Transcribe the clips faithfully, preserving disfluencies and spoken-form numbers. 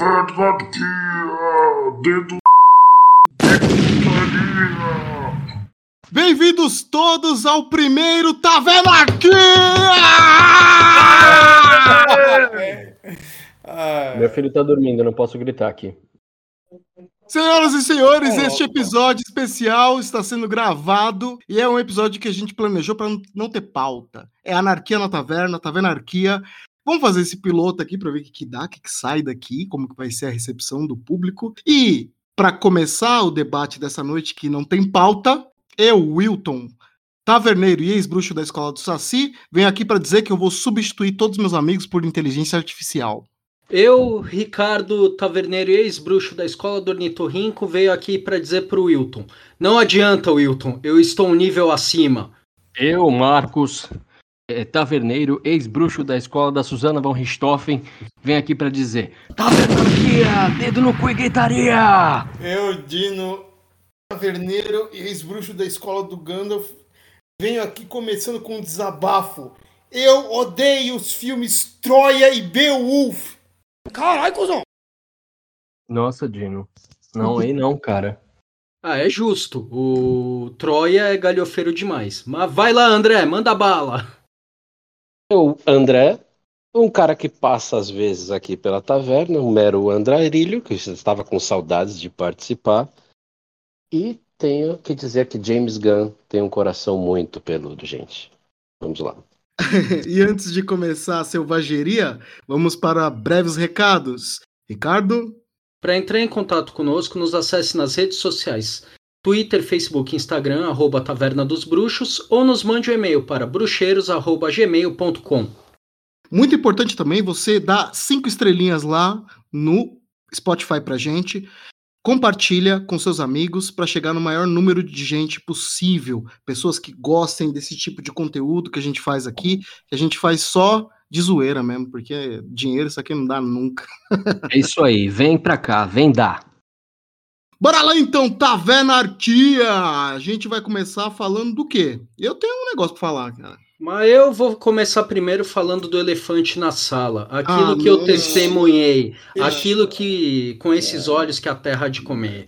Taverna dedo. Bem-vindos todos ao primeiro Taverna Meu filho tá dormindo, não posso gritar aqui. Senhoras e senhores, este episódio especial está sendo gravado e é um episódio que a gente planejou para não ter pauta. É anarquia na taverna, tavernarquia. Vamos fazer esse piloto aqui para ver o que, que dá, o que, que sai daqui, como que vai ser a recepção do público. E para começar o debate dessa noite que não tem pauta, eu, Wilton, taverneiro e ex-bruxo da escola do Saci, venho aqui para dizer que eu vou substituir todos os meus amigos por inteligência artificial. Eu, Ricardo, taverneiro e ex-bruxo da escola do Ornitorrinco, veio aqui para dizer pro Wilton: não adianta, Wilton, eu estou um nível acima. Eu, Marcos, é, taverneiro, ex-bruxo da escola da Susana von Richthofen, venho aqui para dizer: tavernarquia, dedo no cu e gritaria! Eu, Dino, taverneiro e ex-bruxo da escola do Gandalf, venho aqui começando com um desabafo. Eu odeio os filmes Troia e Beowulf. Caralho, cuzão! Nossa, Dino. Não, aí não, cara. Ah, é justo. O Troia é galhofeiro demais. Mas vai lá, André, manda bala. Eu, André, um cara que passa às vezes aqui pela taverna, um mero andarilho, que estava com saudades de participar. E tenho que dizer que James Gunn tem um coração muito peludo, gente. Vamos lá. E antes de começar a selvageria, vamos para breves recados. Ricardo? Para entrar em contato conosco, nos acesse nas redes sociais. Twitter, Facebook, Instagram, arroba Taverna dos Bruxos, ou nos mande um e-mail para bruxeiros arroba gmail ponto com. Muito importante também você dar cinco estrelinhas lá no Spotify pra gente. Compartilha com seus amigos para chegar no maior número de gente possível. Pessoas que gostem desse tipo de conteúdo que a gente faz aqui, que a gente faz só de zoeira mesmo, porque dinheiro isso aqui não dá nunca. É isso aí, vem pra cá, vem dar. Bora lá então, Tavernarquia! A gente vai começar falando do quê? Eu tenho um negócio pra falar, cara. Mas eu vou começar primeiro falando do elefante na sala. Aquilo Ah, que eu não. testemunhei. Aquilo que, com esses olhos que a terra há de comer.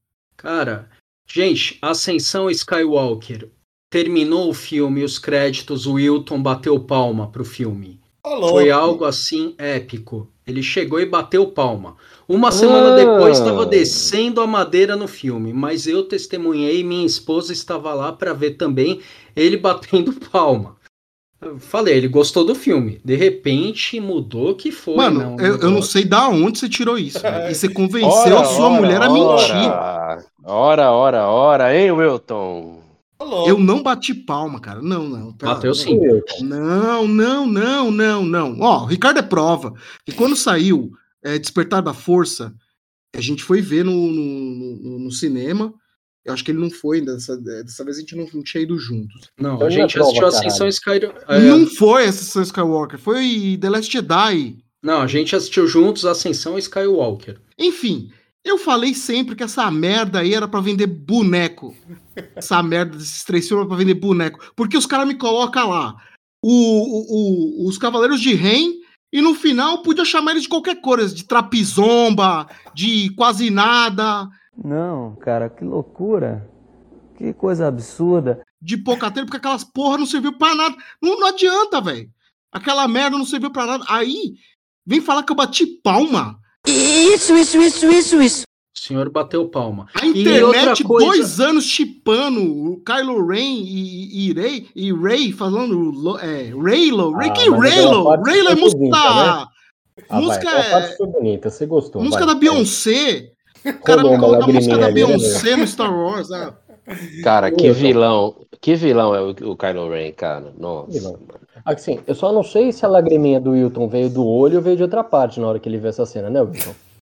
Cara, gente, Ascensão Skywalker. Terminou o filme, os créditos, o Wilton bateu palma pro filme. Alô. Foi algo assim épico. Ele chegou e bateu palma. Uma semana depois estava descendo a madeira no filme, mas eu testemunhei, minha esposa estava lá para ver também ele batendo palma. Eu falei, ele gostou do filme. De repente mudou que foi. Mano, não, eu, eu não sei da onde você tirou isso, velho. E você convenceu Ora, a sua ora, mulher a mentir. ora, ora, ora, ora, hein, Wilton? Alô. Eu não bati palma, cara. Não, não. Pera, Bateu sim. Não, não, não, não, não. Ó, o Ricardo é prova. E quando saiu é, Despertar da Força, a gente foi ver no, no, no, no cinema. Eu acho que ele não foi, dessa, dessa vez a gente não, não tinha ido juntos. Não, Então a não é gente prova, assistiu Ascensão Skywalker. Não foi Ascensão Skywalker, foi The Last Jedi. Não, a gente assistiu juntos Ascensão Skywalker. Enfim, eu falei sempre que essa merda aí era pra vender boneco. Essa merda desses três filmes era pra vender boneco. Porque os caras me colocam lá o, o, o, os Cavaleiros de Ren e no final podia chamar eles de qualquer coisa, de trapizomba, de quase nada, Não, cara, que loucura. Que coisa absurda. de pocateiro, porque aquelas porra não serviu pra nada. Não, não adianta, velho. Aquela merda não serviu pra nada. Aí, vem falar que eu bati palma. Isso, isso, isso, isso, isso. O senhor bateu palma. A E outra internet, coisa- dois anos chipando o Kylo Ren e, e, Rey, e Rey falando é, Raylo. Ray, Ah, que mas aquela Raylo? parte Raylo é foi música bonita, da... né? Ah, música vai, a parte é... foi bonita, você gostou. música vai. da Beyoncé. O cara Rolou me uma coloca a música lagriminha da ali, né, Beyoncé no Star Wars. Ah. Cara, que Wilton. vilão, que vilão é o, o Kylo Ren, cara. Nossa. Vilão. Assim, eu só não sei se a lagriminha do Wilton veio do olho ou veio de outra parte na hora que ele viu essa cena, né, Wilton?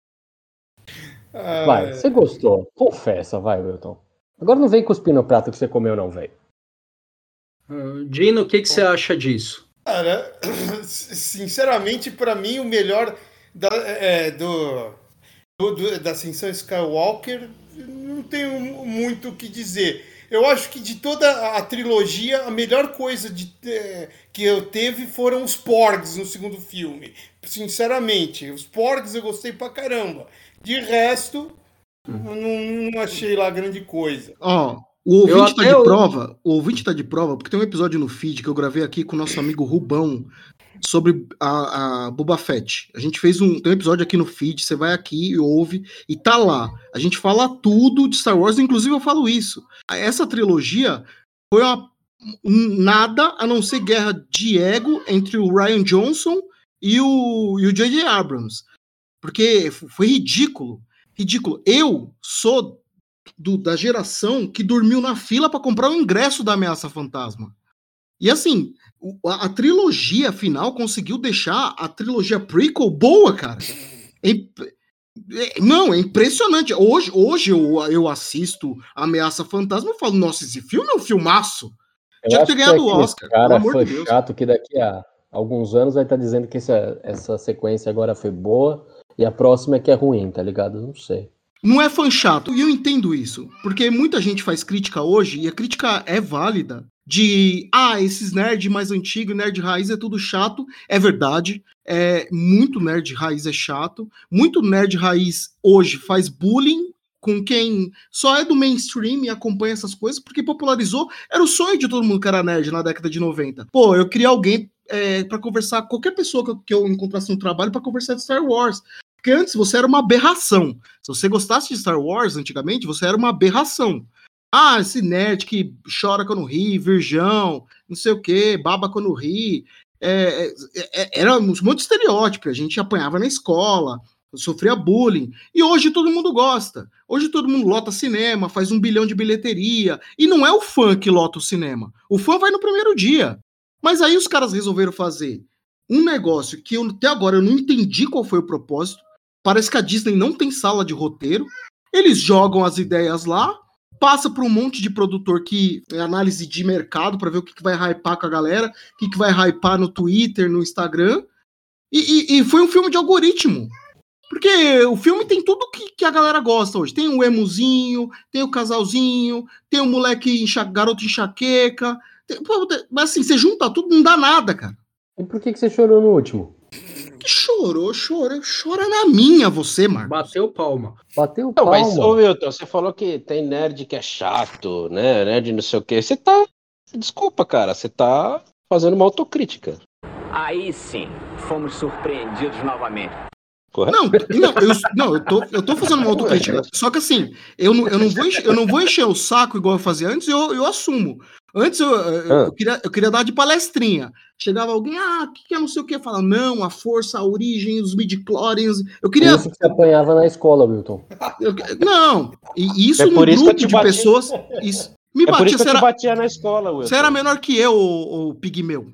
Vai, você gostou. Confessa, vai, Wilton. Agora não vem cuspir no prato que você comeu, não, velho. Uh, Dino, o que, que você acha disso? Cara, sinceramente, pra mim, o melhor da, é, do, do, do- da Ascensão Skywalker, não tenho muito o que dizer. eu acho que de toda a trilogia, a melhor coisa de, é, que eu teve foram os Porgs no segundo filme. Sinceramente, os Porgs eu gostei pra caramba. De resto, eu não, não achei lá grande coisa. Ó, o ouvinte tá de eu... prova, o ouvinte tá de prova, porque tem um episódio no feed que eu gravei aqui com o nosso amigo Rubão sobre a, a Boba Fett. A gente fez um, tem um episódio aqui no feed, você vai aqui e ouve, e tá lá. A gente fala tudo de Star Wars, inclusive eu falo isso. Essa trilogia foi uma, um, nada a não ser guerra de ego entre o Rian Johnson e o, e o J J Abrams. Porque foi ridículo. Ridículo. Eu sou do, da geração que dormiu na fila para comprar o ingresso da Ameaça Fantasma. E assim, a, a trilogia final conseguiu deixar a trilogia prequel boa, cara. É, é, não, é impressionante. Hoje, hoje eu, eu assisto Ameaça Fantasma e falo, nossa, esse filme é um filmaço. Eu Tinha que ter ganhado o aquele Oscar. cara Pelo amor foi de Deus. chato que daqui a alguns anos vai estar dizendo que essa, essa sequência agora foi boa e a próxima é que é ruim, tá ligado? Não sei. Não é fã chato, e eu entendo isso, porque muita gente faz crítica hoje, e a crítica é válida, de, ah, esses nerd mais antigos, nerd raiz é tudo chato, é verdade, é, muito nerd raiz é chato, muito nerd raiz hoje faz bullying com quem só é do mainstream e acompanha essas coisas, porque popularizou, era o sonho de todo mundo que era nerd na década de noventa. Pô, eu queria alguém é, para conversar, qualquer pessoa que eu, que eu encontrasse no trabalho para conversar de Star Wars. Porque antes você era uma aberração. Se você gostasse de Star Wars antigamente, você era uma aberração. Ah, esse nerd que chora quando ri, virgão, não sei o que, baba quando ri. É, é, era um monte de estereótipo. A gente apanhava na escola, sofria bullying. E hoje todo mundo gosta. Hoje todo mundo lota cinema, faz um bilhão de bilheteria. E não é o fã que lota o cinema. O fã vai no primeiro dia. Mas aí os caras resolveram fazer um negócio que eu, até agora eu não entendi qual foi o propósito. Parece que a Disney não tem sala de roteiro. Eles jogam as ideias lá, passa para um monte de produtor que é análise de mercado para ver o que, que vai hypar com a galera, o que, que vai hypar no Twitter, no Instagram. E, e, e foi um filme de algoritmo. Porque o filme tem tudo que, que a galera gosta hoje. Tem o emuzinho, tem o casalzinho, tem o moleque enxa, garoto enxaqueca. Tem, mas assim, você junta tudo, não dá nada, cara. E por que, que você chorou no último? Que chorou, chorou, chora na minha você, Marcos. Bateu palma. Bateu Não, palma. mas, ô Wilton, você falou que tem nerd que é chato, né? Nerd não sei o quê. Você tá... Desculpa, cara. Você tá fazendo uma autocrítica. Aí sim, fomos surpreendidos novamente. Correto? Não, não, eu, não eu, tô, eu tô fazendo uma autocrítica. Só que assim, eu não, eu não, vou, encher, eu não vou encher o saco igual eu fazia antes, eu, eu assumo. Antes eu, eu, eu, queria, eu queria dar de palestrinha. Chegava alguém, ah, o que, que é não sei o que? Fala, não, a força, a origem, os midi-chlorians. Eu queria. Isso que você apanhava na escola, Wilton. Eu, não, e isso é num isso grupo de bati... pessoas. Isso, me é batia, por isso que eu era, te batia na escola, Wilton. Você era menor que eu, o, o pigmeu.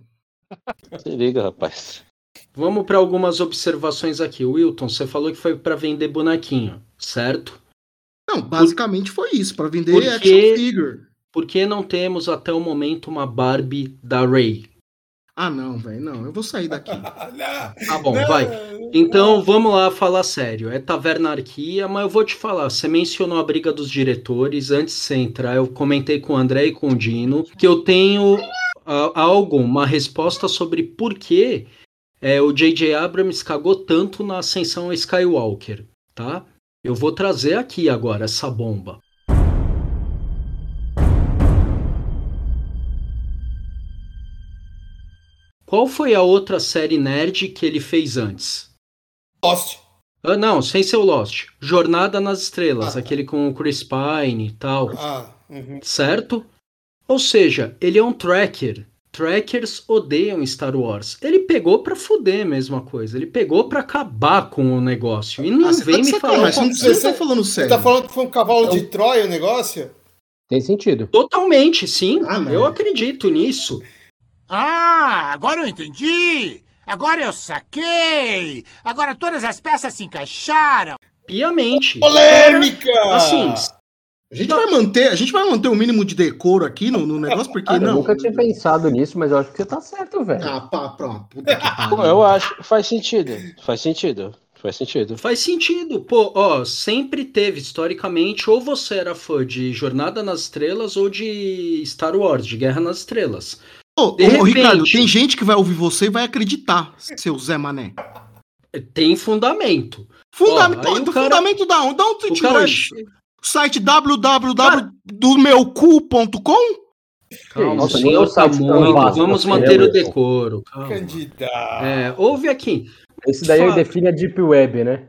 Se liga, rapaz. Vamos para algumas observações aqui. Wilton, você falou que foi para vender bonequinho, certo? Não, basicamente Por... foi isso, para vender Porque... action figure. Por que não temos até o momento uma Barbie da Rey? Ah, não, velho, não, eu vou sair daqui. Tá bom, vai. Então, vamos lá falar sério. É Tavernarquia, mas eu vou te falar. Você mencionou a briga dos diretores. Antes de você entrar, eu comentei com o André e com o Dino que eu tenho uh, algo, uma resposta sobre por que é, o J J Abrams cagou tanto na ascensão a Skywalker, tá? Eu vou trazer aqui agora essa bomba. Qual foi a outra série nerd que ele fez antes? Lost. Ah, não, sem ser o Lost. Jornada nas Estrelas, Ah. aquele com o Chris Pine e tal. Ah, uhum. Certo? Ou seja, ele é um tracker. Trackers odeiam Star Wars. Ele pegou pra fuder a mesma coisa. Ele pegou pra acabar com o negócio. E não Ah, você vem tá de me falar... sacanagem, com- você não Você- tá falando Você sério. tá falando que foi um cavalo de Troia o negócio? Tem sentido. Totalmente, sim. Ah, não. Eu acredito nisso. Ah, agora eu entendi! Agora eu saquei! Agora todas as peças se encaixaram! Piamente. Polêmica! Assim, A gente vai manter, a gente vai manter o mínimo de decoro aqui no, no negócio, porque Cara, eu não. nunca tinha pensado nisso, mas eu acho que você tá certo, velho. Ah, pá, pronto. Puta que Pô, pariu. eu acho. Faz sentido. Faz sentido. Faz sentido. Faz sentido. Pô, ó, sempre teve, historicamente, ou você era fã de Jornada nas Estrelas ou de Star Wars, de Guerra nas Estrelas. Ô, De ô, repente- Ricardo, tem gente que vai ouvir você e vai acreditar, seu Zé Mané. Tem fundamento. Fundamento, Ó, aí o do cara- fundamento da onde? Da onde você O tirou cara... isso? O site w w w do meu cu ponto com? Calma, Nossa, o nem senhor o tá site tão muito. vasto Vamos assim, manter né, o Wilson? decoro. Calma. Candidato. É, ouve aqui. Esse daí Fato. define a Deep Web, né?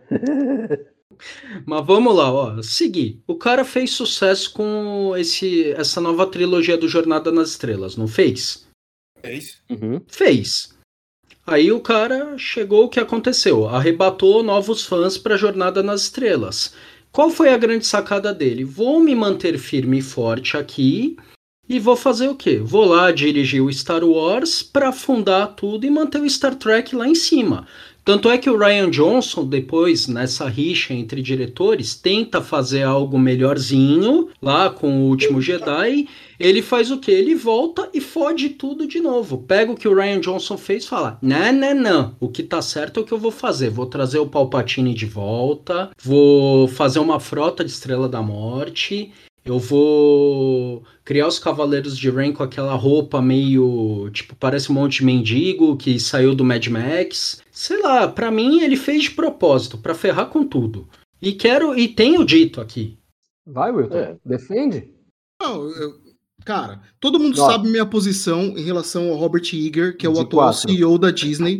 Mas vamos lá, ó. Seguir. O cara fez sucesso com esse, essa nova trilogia do Jornada nas Estrelas, não fez? É isso? Uhum. Fez. Aí o cara chegou, o que aconteceu? Arrebatou novos fãs para Jornada nas Estrelas. Qual foi a grande sacada dele? Vou me manter firme e forte aqui e vou fazer o quê? Vou lá dirigir o Star Wars para afundar tudo e manter o Star Trek lá em cima. Tanto é que o Rian Johnson, depois, nessa rixa entre diretores, tenta fazer algo melhorzinho, lá com o Último Jedi. Ele faz o quê? Ele volta e fode tudo de novo. Pega o que o Rian Johnson fez e fala, não, não, não, o que tá certo é o que eu vou fazer. Vou trazer o Palpatine de volta, vou fazer uma frota de Estrela da Morte... Eu vou criar os Cavaleiros de Ren com aquela roupa meio, tipo, parece um monte de mendigo que saiu do Mad Max. Sei lá, pra mim ele fez de propósito, pra ferrar com tudo. E quero, e tenho dito aqui. Vai, Wilton. É. Defende. Não, eu- cara, todo mundo Ó. sabe minha posição em relação ao Robert Iger, que é o De atual quatro. C E O da Disney.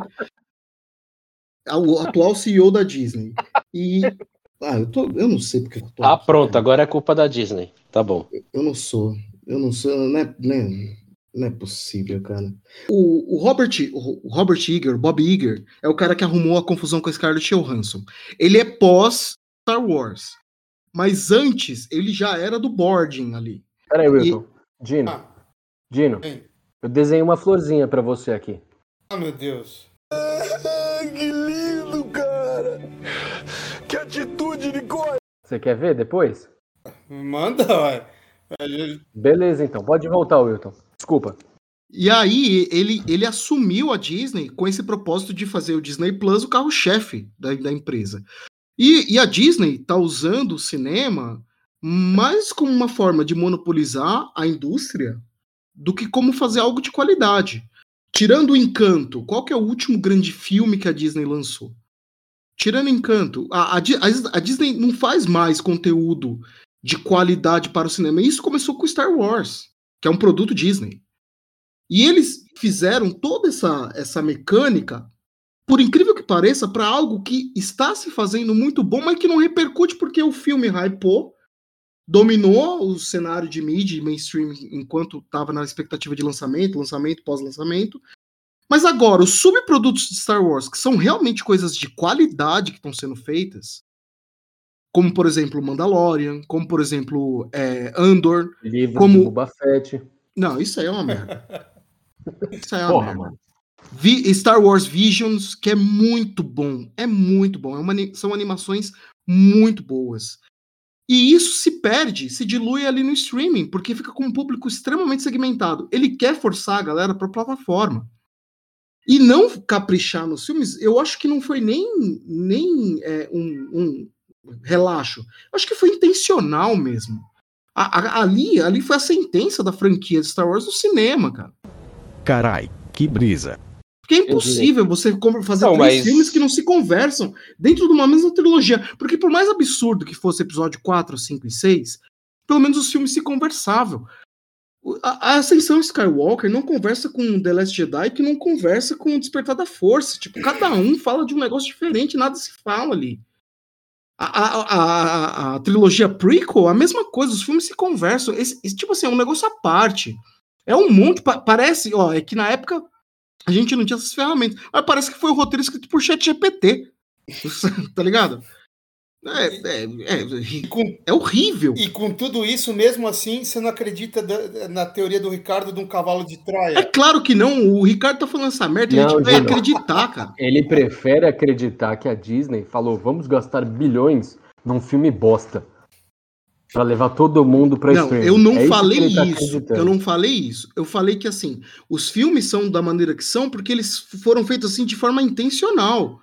É o atual C E O da Disney. E. Ah, eu, tô, eu não sei porque eu tô. Ah, aqui, pronto, cara. agora é culpa da Disney. Tá bom. Eu não sou. Eu não sou. Não é, não é, não é possível, cara. O, o Robert, o Robert Iger, o Bob Iger, é o cara que arrumou a confusão com a Scarlett Johansson. Ele é pós Star Wars. Mas antes, ele já era do boarding ali. Pera aí, Wilton. Dino. Ah, Dino. hein. Eu desenhei uma florzinha pra você aqui. Ah, meu Deus. Que lindo, cara! Que atitude de coisa! Você quer ver depois? Manda, ué. Beleza, então. Pode voltar, Wilton. Desculpa. E aí, ele, ele assumiu a Disney com esse propósito de fazer o Disney Plus o carro-chefe da, da empresa. E, e a Disney tá usando o cinema mais como uma forma de monopolizar a indústria do que como fazer algo de qualidade. Tirando o Encanto, qual que é o último grande filme que a Disney lançou? Tirando Encanto, a, a, Di- a Disney não faz mais conteúdo de qualidade para o cinema. E isso começou com Star Wars, que é um produto Disney. E eles fizeram toda essa, essa mecânica, por incrível que pareça, para algo que está se fazendo muito bom, mas que não repercute porque o filme hypou, dominou o cenário de mídia e mainstream enquanto estava na expectativa de lançamento, lançamento, pós-lançamento. Mas agora, os subprodutos de Star Wars, que são realmente coisas de qualidade que estão sendo feitas, como, por exemplo, Mandalorian, como, por exemplo, é, Andor. Livro Como- do Boba Fett. Não, isso aí é uma merda. Isso aí é uma Porra, merda. mano. Vi- Star Wars Visions, que é muito bom. É muito bom. É uma ani- são animações muito boas. E isso se perde, se dilui ali no streaming, porque fica com um público extremamente segmentado. Ele quer forçar a galera para plataforma. E não caprichar nos filmes, eu acho que não foi nem, nem é, um, um relaxo. Eu acho que foi intencional mesmo. A- a- ali, ali foi a sentença da franquia de Star Wars no cinema, cara. Carai, que brisa. Porque é impossível você com- fazer Não, três mas- filmes que não se conversam dentro de uma mesma trilogia. Porque por mais absurdo que fosse episódio quatro, cinco e seis, pelo menos os filmes se conversavam. O- A, a Ascensão Skywalker não conversa com The Last Jedi, que não conversa com o Despertar da Força. Tipo, cada um fala de um negócio diferente, nada se fala ali. A, a, a, a- a trilogia prequel, a mesma coisa, os filmes se conversam. Esse, esse, tipo assim, é um negócio à parte. É um monte, pa- parece, ó, é que na época a gente não tinha essas ferramentas, mas parece que foi o roteiro escrito por ChatGPT. Tá ligado? É, é, é, E com, é horrível. e com tudo isso, mesmo assim, você não acredita da- na teoria do Ricardo de um cavalo de É Troia? claro que não, o Ricardo tá falando essa merda e a Não, gente vai Gino. acreditar, cara. Ele prefere acreditar que a Disney falou, vamos gastar bilhões num filme bosta. Pra levar todo mundo pra Não, streaming. eu não É isso falei que ele tá isso. acreditando. Eu não falei isso. Eu falei que assim, os filmes são da maneira que são porque eles foram feitos assim de forma intencional.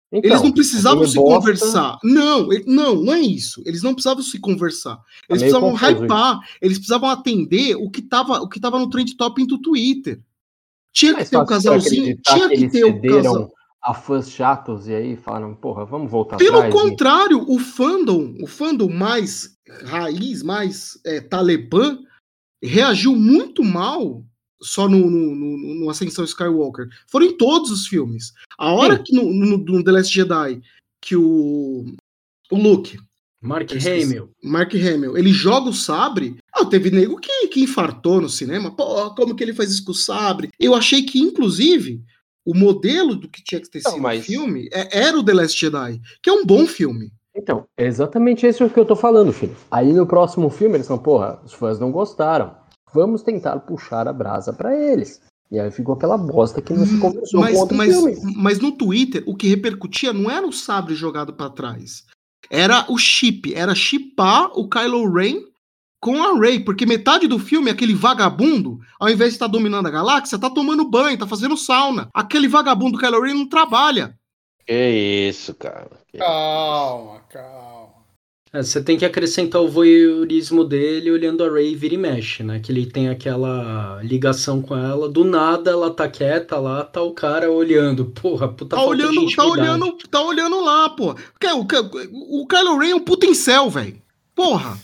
Então, Eles não precisavam filme se bosta. conversar. Não, ele- não, não é isso. Eles não precisavam se conversar. Eles meio precisavam confuso hypar. Eles precisavam atender o que tava, o que tava no trend topping do Twitter. Tinha que Mais ter o fácil você casalzinho. acreditar Tinha que que eles ter o cederam casal. a fãs chatos e aí falaram, porra, vamos voltar Pelo atrás. e- contrário, o fandom, o fandom mais raiz, mais é, talibã, reagiu muito mal só no, no, no, no Ascensão Skywalker. Foram em todos os filmes. A hora Sim. que no, no, no The Last Jedi, que o, o Luke, Mark eu esqueci, Hamill. Mark Hamill, ele joga o sabre. Ah, teve nego que, que infartou no cinema. Pô, como que ele faz isso com o sabre? Eu achei que, inclusive, o modelo do que tinha que ter Não, sido o mas- filme é- era o The Last Jedi, que é um bom filme. Então, é exatamente isso que eu tô falando, filho. Aí no próximo filme eles falam, porra, os fãs não gostaram. Vamos tentar puxar a brasa pra eles. E aí ficou aquela bosta que não se conversou Mas, com outro mas, filme. mas no Twitter, o que repercutia não era o sabre jogado pra trás. Era o chip. Era chipar o Kylo Ren com a Rey. Porque metade do filme, aquele vagabundo, ao invés de estar dominando a galáxia, tá tomando banho, tá fazendo sauna. Aquele vagabundo Kylo Ren não trabalha. Que isso, cara. Que- Calma, calma. É, você tem que acrescentar o voyeurismo dele olhando a Rey vira e mexe, né? Que ele tem aquela ligação com ela. Do nada ela tá quieta lá, tá o cara olhando. Porra, puta Tá falta de olhando, tá intimidade. olhando, tá olhando lá, pô. Porque O, o, o Kylo Ren é um puta incel, velho. Porra.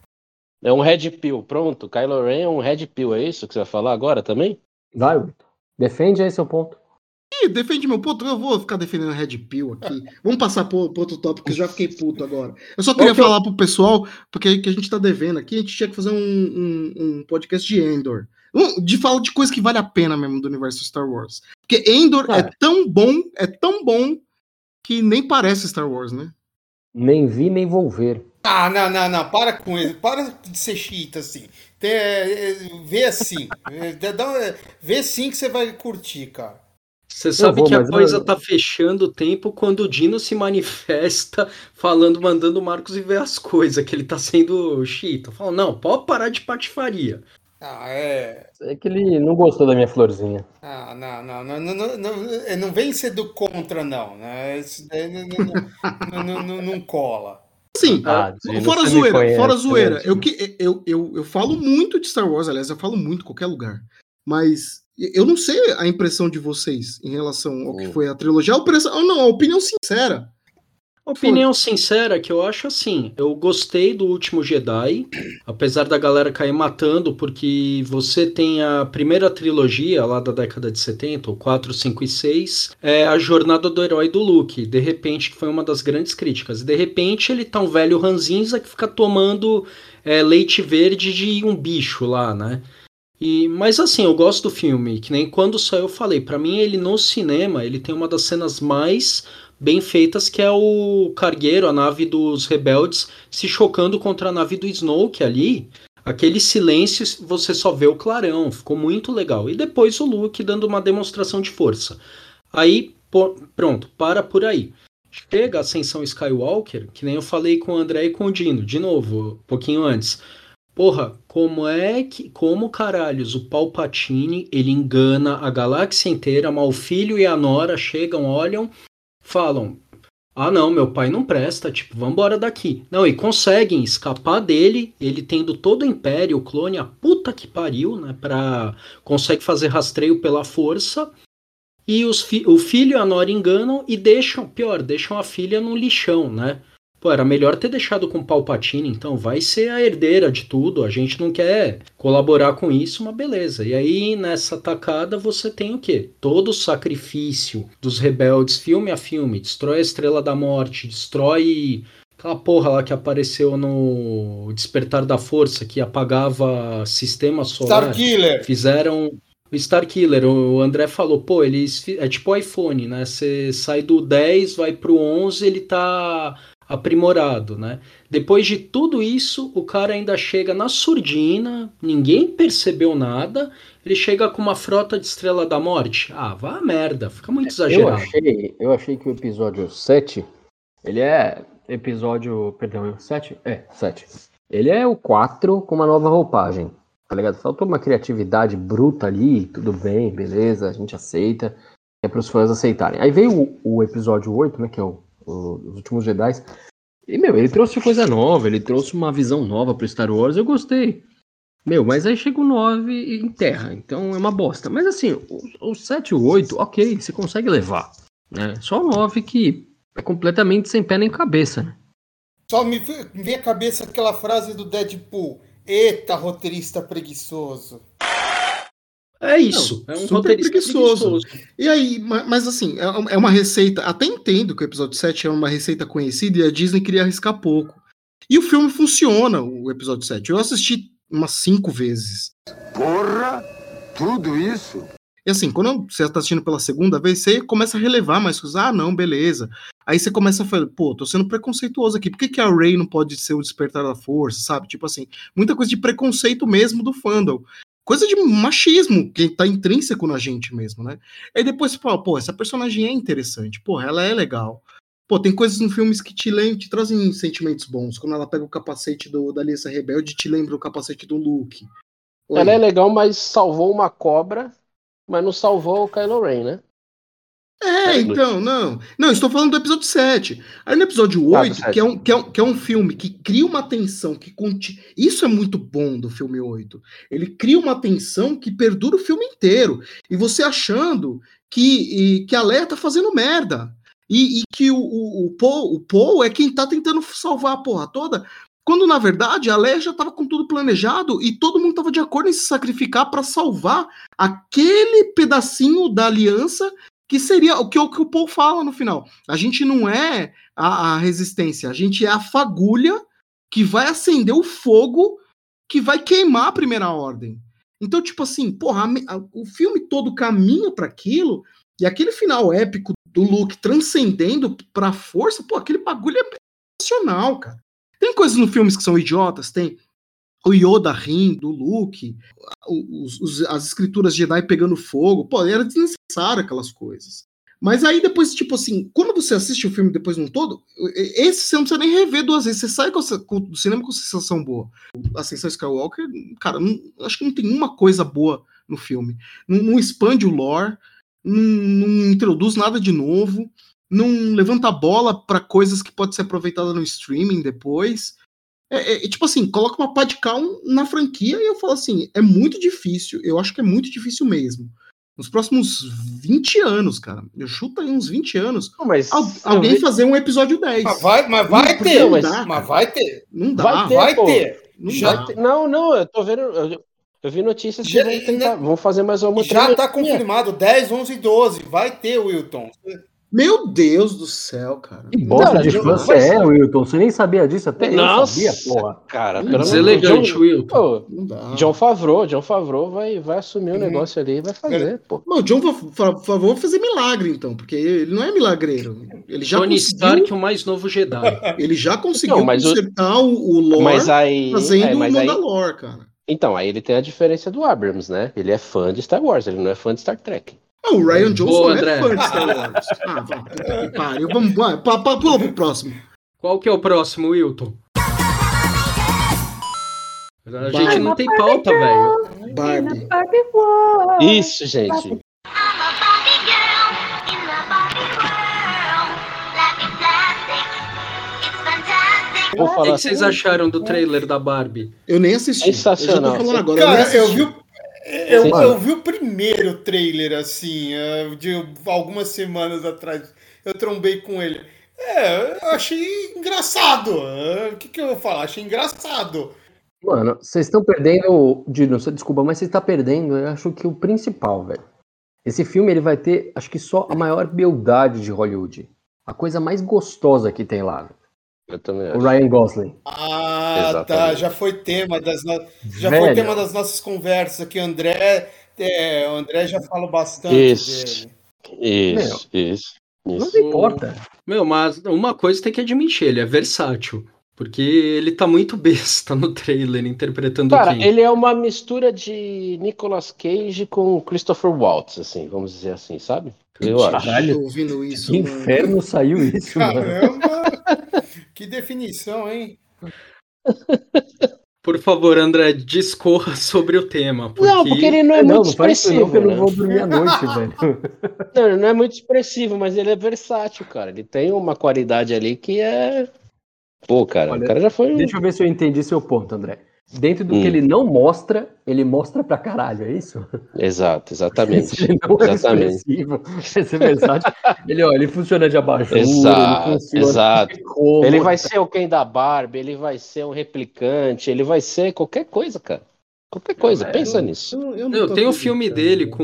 É um Red Pill, pronto. Kylo Ren é um Red Pill, é isso que você vai falar agora também? Vai, Wilton. Defende aí seu ponto. Ih, defende meu ponto. Eu vou ficar defendendo Red Pill aqui. Vamos passar pro, pro outro tópico, que eu já fiquei puto agora. Eu só queria Ok. falar pro pessoal, porque que a gente tá devendo aqui, a gente tinha que fazer um, um, um podcast de Endor. Um, de falar de coisa que vale a pena mesmo do universo Star Wars. Porque Endor é Cara. tão bom, é tão bom, que nem parece Star Wars, né? Nem vi, nem vou ver. Ah, não, não, não, para com isso. Para de ser chita assim. Tem, é, é, vê assim. É, dá- dá- vê sim que você vai curtir, cara. Você sabe vou, que a mas coisa eu- tá fechando o tempo quando o Dino se manifesta falando, mandando o Marcos ir ver as coisas, que ele tá sendo chita. Fala, não, pode parar de patifaria. Ah, é. É que ele não gostou da minha florzinha. Ah, não, não, não, não, não, não, é, não vem ser do contra, não. Né? Isso daí não, não, não, não, não- não cola. Sim, Ah, Dino, fora você me zoeira, conhece, fora né, zoeira. Dino? Eu, que- eu, eu, eu falo muito de Star Wars, aliás, eu falo muito em qualquer lugar. Mas eu não sei a impressão de vocês em relação ao que Hum. foi a trilogia. A impressão, ou não, a opinião sincera. Opinião sincera que eu acho assim, eu gostei do Último Jedi, apesar da galera cair matando, porque você tem a primeira trilogia lá da década de setenta, o quatro, cinco e seis, é a jornada do herói do Luke, de repente, que foi uma das grandes críticas. De repente ele tá um velho ranzinza que fica tomando é, leite verde de um bicho lá, né? E, mas assim, eu gosto do filme, que nem quando saiu eu falei, pra mim ele no cinema, ele tem uma das cenas mais bem feitas, que é o cargueiro, a nave dos rebeldes, se chocando contra a nave do Snoke ali. Aquele silêncio, você só vê o clarão, ficou muito legal. E depois o Luke dando uma demonstração de força. Aí, pô, pronto, para por aí. Chega a Ascensão Skywalker, que nem eu falei com o André e com o Dino, de novo, um pouquinho antes. Porra, como é que, como caralhos, o Palpatine, ele engana a galáxia inteira, mas o filho e a nora chegam, olham, falam, ah não, meu pai não presta, tipo, vambora daqui. Não, e conseguem escapar dele, ele tendo todo o Império, o clone, a puta que pariu, né, pra, consegue fazer rastreio pela força, e os fi- o filho e a nora enganam e deixam, pior, deixam a filha no lixão, né. Pô, era melhor ter deixado com o Palpatine, então vai ser a herdeira de tudo, a gente não quer colaborar com isso, mas beleza. E aí, nessa tacada, você tem o quê? Todo o sacrifício dos rebeldes, filme a filme, destrói a Estrela da Morte, destrói aquela porra lá que apareceu no Despertar da Força, que apagava sistema solar. Starkiller. Fizeram... O Starkiller, o André falou, pô, eles... fi- é tipo o iPhone, né? Você sai do dez, vai pro onze, ele tá aprimorado, né? Depois de tudo isso, o cara ainda chega na surdina, ninguém percebeu nada, ele chega com uma frota de Estrela da Morte. Ah, vá a merda, fica muito Eu exagerado. achei, eu achei que o episódio sete, ele é episódio, perdão, sete? É, sete. Ele é o quatro com uma nova roupagem, tá ligado? Faltou uma criatividade bruta ali, tudo bem, beleza, a gente aceita. É para os fãs aceitarem. Aí veio o, o episódio oito, né? Que é o, o, Os Últimos Jedi. E, meu, ele trouxe coisa nova, ele trouxe uma visão nova pro Star Wars, eu gostei. Meu, mas aí chega o nove e enterra, então é uma bosta. Mas assim, o, o sete e o oito, ok, você consegue levar. Né? Só o nove que é completamente sem pé nem cabeça. Né? Só me vem à cabeça aquela frase do Deadpool. Eita, roteirista preguiçoso. É isso, Não, é um super roteirista preguiçoso. preguiçoso. E aí, ma- mas assim, é é uma receita. Até entendo que o episódio sete é uma receita conhecida e a Disney queria arriscar pouco. E o filme funciona, o episódio sete. Eu assisti umas cinco vezes. Porra! Tudo isso? E assim, quando você tá assistindo pela segunda vez, você começa a relevar mais coisas. Ah, não, beleza. Aí você começa a falar, pô, tô sendo preconceituoso aqui. Por que, que a Rey não pode ser o despertar da força, sabe? Tipo assim, muita coisa de preconceito mesmo do fandom. Coisa de machismo, que tá intrínseco na gente mesmo, né? Aí depois você fala, pô, essa personagem é interessante. Pô, ela é legal. Pô, tem coisas no filme que te, lem- te trazem sentimentos bons. Quando ela pega o capacete do, da Aliança Rebelde, te lembra o capacete do Luke. Oi. Ela é legal, mas salvou uma cobra, mas não salvou o Kylo Ren, né? É, então, não. Não, estou falando do episódio sete. Aí no episódio Ah, do oito, sete. que, é um, que, é um, que é um filme que cria uma tensão, que conti... Isso é muito bom do filme oito. Ele cria uma tensão que perdura o filme inteiro. E você achando que, e, que a Leia tá fazendo merda. E, e que o, o, o, Paul, o Paul é quem tá tentando salvar a porra toda. Quando, na verdade, a Leia já tava com tudo planejado e todo mundo tava de acordo em se sacrificar para salvar aquele pedacinho da aliança que seria o que, o que o Paul fala no final. A gente não é a, a resistência, a gente é a fagulha que vai acender o fogo que vai queimar a primeira ordem. Então, tipo assim, porra, a me- a- o filme todo caminha para aquilo, e aquele final épico do Luke transcendendo pra força, pô, aquele bagulho é sensacional, cara. Tem coisas no filme que são idiotas, tem o Yoda rindo, o Luke, os- os- as escrituras Jedi pegando fogo, pô, era desnecessário aquelas coisas. Mas aí depois, tipo assim, quando você assiste o filme depois num todo, esse você não precisa nem rever duas vezes, você sai com essa- com- do cinema com sensação boa. Ascensão Skywalker, cara, não- acho que não tem uma coisa boa no filme. Não, não expande o lore, não, não introduz nada de novo, não levanta a bola pra coisas que pode ser aproveitada no streaming depois. É, é, é, tipo assim, coloca uma pá de cal na franquia e eu falo assim, é muito difícil, eu acho que é muito difícil mesmo. Nos próximos vinte anos, cara, eu chuto aí uns vinte anos, Não, mas al- eu alguém vi- fazer um episódio dez. Mas vai, mas vai Porque ter, não mas, dá, mas cara. vai ter. Não dá, Vai ter, Vai pô. ter. não Já dá. Não, não, eu tô vendo. Eu, eu vi notícias que Já- vão tentar. Vão fazer mais uma Já tá trilogia. confirmado, dez, onze e doze. Vai ter, Wilton. Meu Deus do céu, cara. Que bosta Não, de não, fã mas- você é, Wilton. Você nem sabia disso, até eu Nossa, sabia, porra. cara, Não, pelo amor de Deselegante, Deus. Wilton. Pô, Não dá. John Favreau, John Favreau vai, vai assumir o Uhum. negócio ali e vai fazer, pô. Não, o John, por por favor, vai fazer milagre, então, porque ele não é milagreiro. Ele já Tony conseguiu, Stark, o mais novo Jedi. ele já conseguiu Não, mas o- consertar o, o lore Mas aí. fazendo é, mas o aí Mandalore, cara. então, aí ele tem a diferença do Abrams, né? Ele é fã de Star Wars, ele não é fã de Star Trek. Ah, o Ryan Johnson Boa, é André. fã de Star Wars. Ah, vá, puta que pariu. Vamos, vai, pa, pa, pula pro próximo. Qual que é o próximo, Wilton? A gente não tem pauta, velho. Barbie. Isso, gente. Vou O que, falar que vocês acharam do trailer da Barbie? Eu nem assisti. Sensacional. Eu já tô falando agora. eu nem Cara, eu assisti. vi, o- eu, Sim. eu vi o primeiro trailer, assim, eh, de algumas semanas atrás. Eu trombei com ele. É, eu achei engraçado. Eh, O que, que eu vou falar? Achei engraçado. Mano, vocês estão perdendo, Dino, você- desculpa, mas você está perdendo, eu acho que o principal, velho. Esse filme ele vai ter, acho que só a maior beldade de Hollywood. A coisa mais gostosa que tem lá. Eu também O acho. Ryan Gosling. Ah, tá. Exatamente. Já foi tema das, no- já Velho. foi tema das nossas conversas aqui. André, é, o André já fala bastante Isso. dele. Isso, isso. Não Isso. importa. Meu, mas uma coisa tem que admitir, ele é versátil. Porque ele tá muito besta no trailer, interpretando Cara, quem? ele é uma mistura de Nicolas Cage com Christopher Waltz, assim, vamos dizer assim, sabe? Eu acho. Caralho. Tô ouvindo isso. Que mano. inferno saiu isso, mano. Caramba! Que definição, hein? Por favor, André, discorra sobre o tema. Porque... Não, porque ele não é, É, muito não, não faz isso não, expressivo, que eu não né? vou dormir à noite, velho. Não, ele não é muito expressivo, mas ele é versátil, cara. Ele tem uma qualidade ali que é... Pô, cara, Olha, o cara já foi um... Deixa eu ver se eu entendi seu ponto, André. Dentro do Hum. que ele não mostra, ele mostra pra caralho, é isso? Exato, exatamente. Se ele não é Exatamente. expressivo, esse versátil, ele, ó, ele funciona de abajur, Exato, ele funciona exato. de cômodo. Ele vai ser o Ken da Barbie, ele vai ser um replicante, ele vai ser qualquer coisa, cara. Qualquer coisa, é, pensa eu- nisso. Eu, eu, não Eu tô tenho o filme acreditando, dele né? com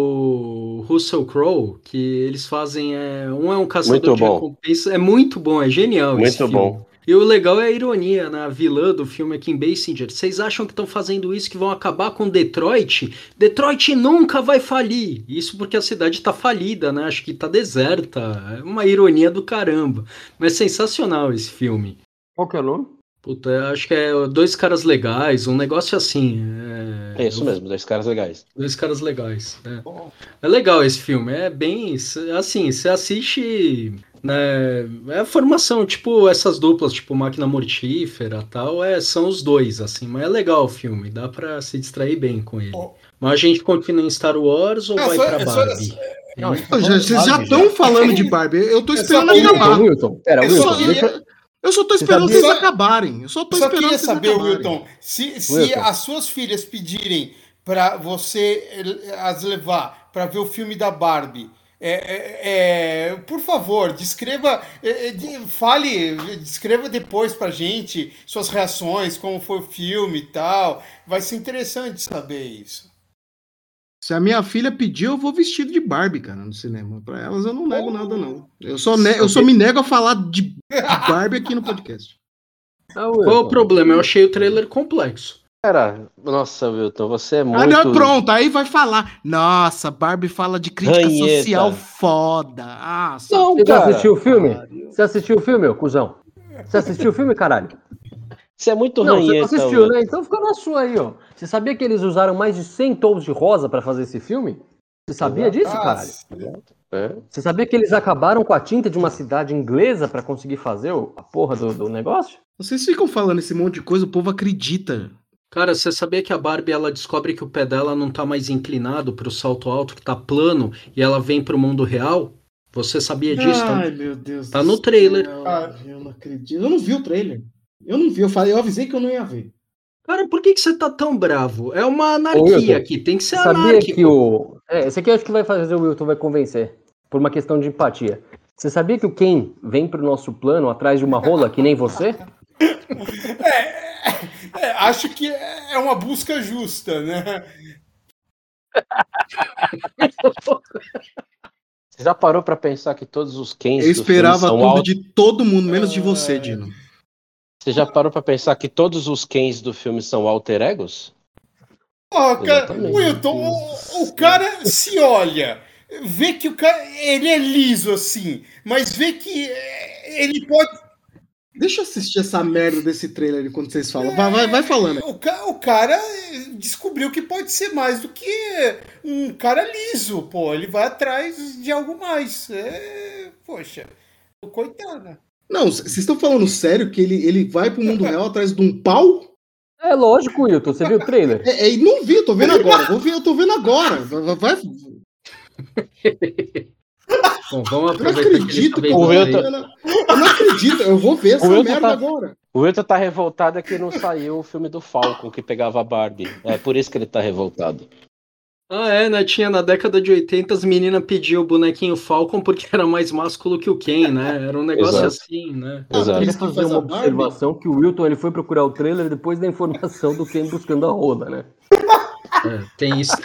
o Russell Crowe, que eles fazem. É, um é um caçador Muito de bom. recompensa. É muito bom, é genial esse Muito filme. bom. E o legal é a ironia, né? A vilã do filme é Kim Basinger. Vocês acham que estão fazendo isso, que vão acabar com Detroit? Detroit nunca vai falir. Isso porque a cidade tá falida, né? Acho que tá deserta. É uma ironia do caramba. Mas sensacional esse filme. Qual que é o nome? Puta, eu acho que é Dois Caras Legais, um negócio assim. É, É isso mesmo, dois caras legais. Dois Caras Legais. É. É legal esse filme, é bem. Assim, você assiste. Né, é a formação, tipo, essas duplas, tipo Máquina Mortífera e tal, é, são os dois, assim, mas é legal o filme, dá pra se distrair bem com ele. Oh. Mas a gente continua em Star Wars ou Não, vai só- pra é só- Barbie? Não, Pô, já- vocês já estão falando de Barbie. Eu tô É só esperando pra- acabar. Wilton, Wilton, pera, Eu Wilton, só queria- deixa... Eu só tô Você esperando sabia- vocês acabarem. Eu só tô Eu só esperando queria vocês saber, acabarem. Wilton, se, se Wilton. as suas filhas pedirem para você eh, as levar para ver o filme da Barbie, é, é, é, por favor, descreva, é, é, de- fale, descreva depois pra gente suas reações, como foi o filme e tal. Vai ser interessante saber isso. Se a minha filha pedir, eu vou vestido de Barbie, cara, no cinema. Pra elas eu não nego nada, não. Eu só, ne- eu só me nego a falar de de Barbie aqui no podcast. Ah, Wilton. Qual o problema? Eu achei o trailer complexo. Cara, nossa, Wilton, você é muito... Ah, não, pronto, aí vai falar. Nossa, Barbie fala de crítica Ranheta. social foda. Ah, só... Não, Você já cara, assistiu o filme? Você assistiu o filme, ô cuzão? Você assistiu o filme, caralho? você é muito Não, você não ranheta, assistiu, Wilton. né? Então fica na sua aí, ó. Você sabia que eles usaram mais de cem tons de rosa pra fazer esse filme? Você sabia disso, caralho? É. Você sabia que eles acabaram com a tinta de uma cidade inglesa pra conseguir fazer o- a porra do, do negócio? Vocês ficam falando esse monte de coisa, o povo acredita. Cara, você sabia que a Barbie, ela descobre que o pé dela não tá mais inclinado pro salto alto, que tá plano, e ela vem pro mundo real? Você sabia disso? Tá? Ai, meu Deus. Tá do no céu, trailer. Eu não acredito. Eu não vi o trailer. Eu não vi. Eu falei, eu avisei que eu não ia ver. Cara, por que, que você tá tão bravo? É uma Ô, anarquia Wilton, aqui, tem que ser Você sabia anárquico. que o... É, esse aqui eu acho que vai fazer o Wilton vai convencer. Por uma questão de empatia. Você sabia que o Ken vem pro nosso plano atrás de uma rola que nem você? É, acho que é uma busca justa, né? Você já parou pra pensar que todos os Kens Eu do esperava filme são tudo alto... de todo mundo, menos de você, Dino. Você já parou pra pensar que todos os Kens do filme são alter egos? Ó, cara, Exatamente. Wilton, o, o cara se olha, vê que o cara, ele é liso assim, mas vê que é, ele pode... Deixa eu assistir essa merda desse trailer enquanto vocês falam. Vai, vai, vai falando. O, ca- o cara descobriu que pode ser mais do que um cara liso, pô. Ele vai atrás de algo mais. É, poxa, coitada. Não, c- vocês estão falando sério que ele, ele vai pro mundo real atrás de um pau? É lógico, Wilton. Você viu o trailer? É, é, não vi, eu tô vendo agora. Vou ver, eu tô vendo agora. Vai, vai- Bom, vamos eu não aproveitar que ele acredito tá que bem eu, O tô Wilton- vendo. Eu não acredito. Eu vou ver essa O Wilton merda tá- agora. O Wilton tá revoltado é que não saiu o filme do Falcon que pegava a Barbie. É por isso que ele tá revoltado. Ah, é, né? Tinha na década de oitenta as meninas pediam o bonequinho Falcon porque era mais másculo que o Ken, né? Era um negócio Exato. assim, né? Ah, Exato. Eu queria Isso que fazer faz uma a Barbie? observação que o Wilton ele foi procurar o trailer depois da informação do Ken buscando a roda, né? É, tem isso.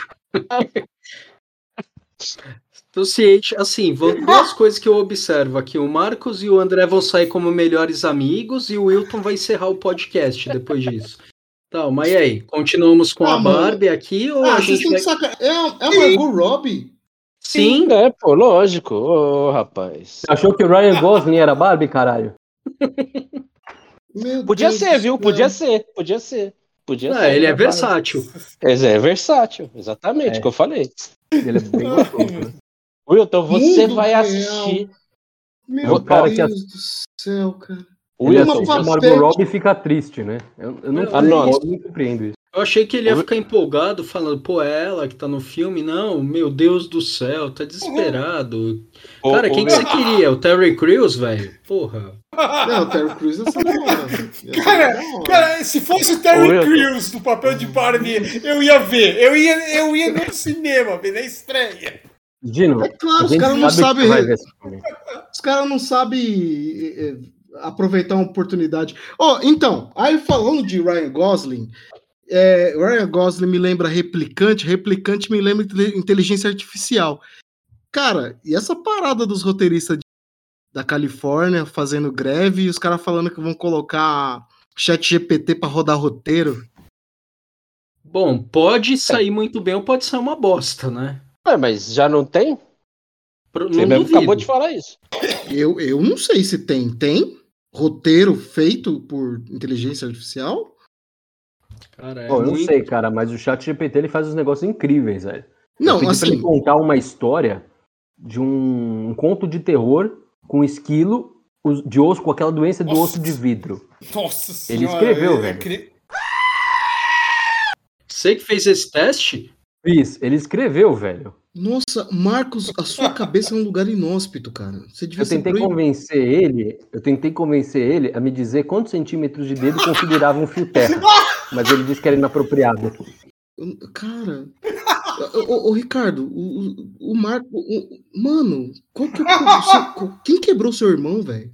Tô ciente, assim, vão- duas coisas que eu observo aqui. O Marcos e o André vão sair como melhores amigos e o Wilton vai encerrar o podcast depois disso. Tá, mas e aí? Continuamos com Ah, a mano. Barbie aqui ou Ah, a vocês gente estão vai... de saca. É, a- é a Margot Robbie? Sim, É, pô, lógico. Ô, rapaz. Você achou que o Ryan Gosling era Barbie, caralho? Meu Podia Deus ser, do viu? céu. Podia ser. Podia ser. Podia Ah, ser. ele é né, versátil. Mas é versátil, exatamente É. o que eu falei. Ele é bem gostoso, né? Wilton, você Mundo vai real. assistir. Meu O cara Deus que do céu, cara. Ele Uma assiste papete. Margot Robbie e fica triste, né? Eu, eu não, Não, compreendo, eu não compreendo isso. Eu achei que ele ia ficar empolgado, falando, pô, é ela que tá no filme. Não, meu Deus do céu, tá desesperado. Ô, Cara, ô, quem que meu- você queria? O Terry Crews, velho? Porra. Não, o Terry Crews ia ser da hora. Ia ser Cara, da hora. cara, se fosse o Terry Ô, Wilson. Crews no papel de Barney, eu ia ver. Eu ia, eu ia no cinema, ver na estreia. Gino, É claro, a os gente caras não sabe sabem. que vai ver esse filme. Os caras não sabem é, é, aproveitar uma oportunidade. Oh, então, aí falando de Ryan Gosling, é, Ryan Gosling me lembra Replicante, Replicante me lembra inte- inteligência artificial. Cara, e essa parada dos roteiristas de- da Califórnia fazendo greve e os caras falando que vão colocar chat G P T pra rodar roteiro? Bom, pode sair muito bem ou pode sair uma bosta, né? Ué, mas já não tem? Pro- Você Não mesmo duvido. acabou de falar isso. Eu, eu não sei se tem. Tem roteiro feito por inteligência artificial? Cara, é Bom, eu não muito... sei, cara, mas o chat G P T ele faz uns negócios incríveis, velho. Eu Não, pedi pra assim, ele contar uma história de um, um conto de terror com esquilo os- de osso, com aquela doença do Nossa. osso de vidro. Nossa Ele senhora. escreveu, eu- eu velho. cre- Você que fez esse teste? Isso, ele escreveu, velho. nossa, Marcos, a sua cabeça é um lugar inóspito, cara. Você devia Eu ser tentei proibido. convencer ele, eu tentei convencer ele a me dizer quantos centímetros de dedo configurava um fio terra. Mas ele disse que era inapropriado. Cara, ô, ô, ô, Ricardo, o, o, o Marco, o- mano, qual que é o, seu- quem quebrou seu irmão, velho?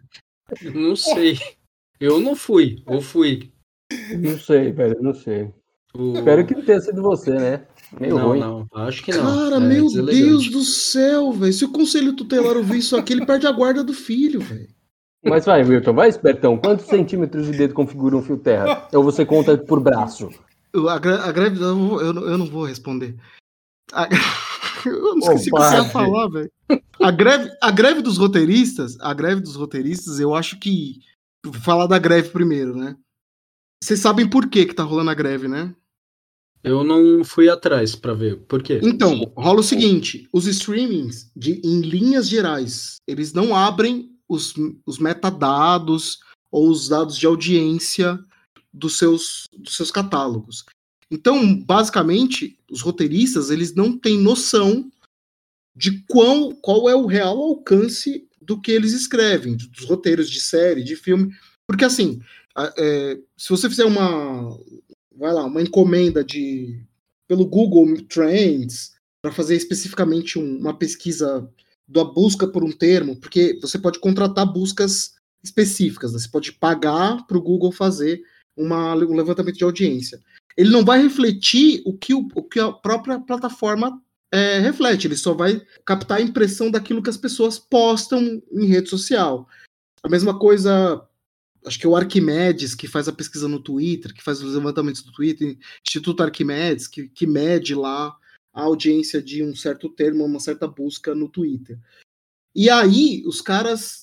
Não sei. Eu não fui. Ou fui. Não sei, velho, não sei. O... Espero que não tenha sido você, né? Meio Não, ruim. não. Acho que não. Cara, É meu deselegante. Deus do céu, velho. Se o conselho tutelar ouvir isso aqui, ele perde a guarda do filho, velho. Mas vai, Wilton, vai, espertão. Quantos centímetros de dedo configura um fio terra? Ou você conta por braço? Eu- A, gra- a greve, eu, não vou- eu, não- eu não vou responder. A- eu não esqueci o que Ô, você ia padre. falar, velho. A greve, a greve dos roteiristas, a greve dos roteiristas, eu acho que. Vou falar da greve primeiro, né? Vocês sabem por que que tá rolando a greve, né? Eu não fui atrás pra ver. Por quê? Então, rola o seguinte: os streamings, de, em linhas gerais, eles não abrem os, os metadados ou os dados de audiência dos seus, dos seus catálogos. Então, basicamente, os roteiristas eles não têm noção de qual, qual é o real alcance do que eles escrevem, dos roteiros de série, de filme. Porque, assim, a- é, se você fizer uma, vai lá, uma encomenda de pelo Google Trends para fazer especificamente um- uma pesquisa da busca por um termo, porque você pode contratar buscas específicas, né? Você pode pagar para o Google fazer uma, um levantamento de audiência. Ele não vai refletir o que, o, o que a própria plataforma é, reflete, ele só vai captar a impressão daquilo que as pessoas postam em rede social. A mesma coisa, acho que é o Arquimedes, que faz a pesquisa no Twitter, que faz os levantamentos do Twitter, Instituto Arquimedes, que, que mede lá a audiência de um certo termo, uma certa busca no Twitter. E aí, os caras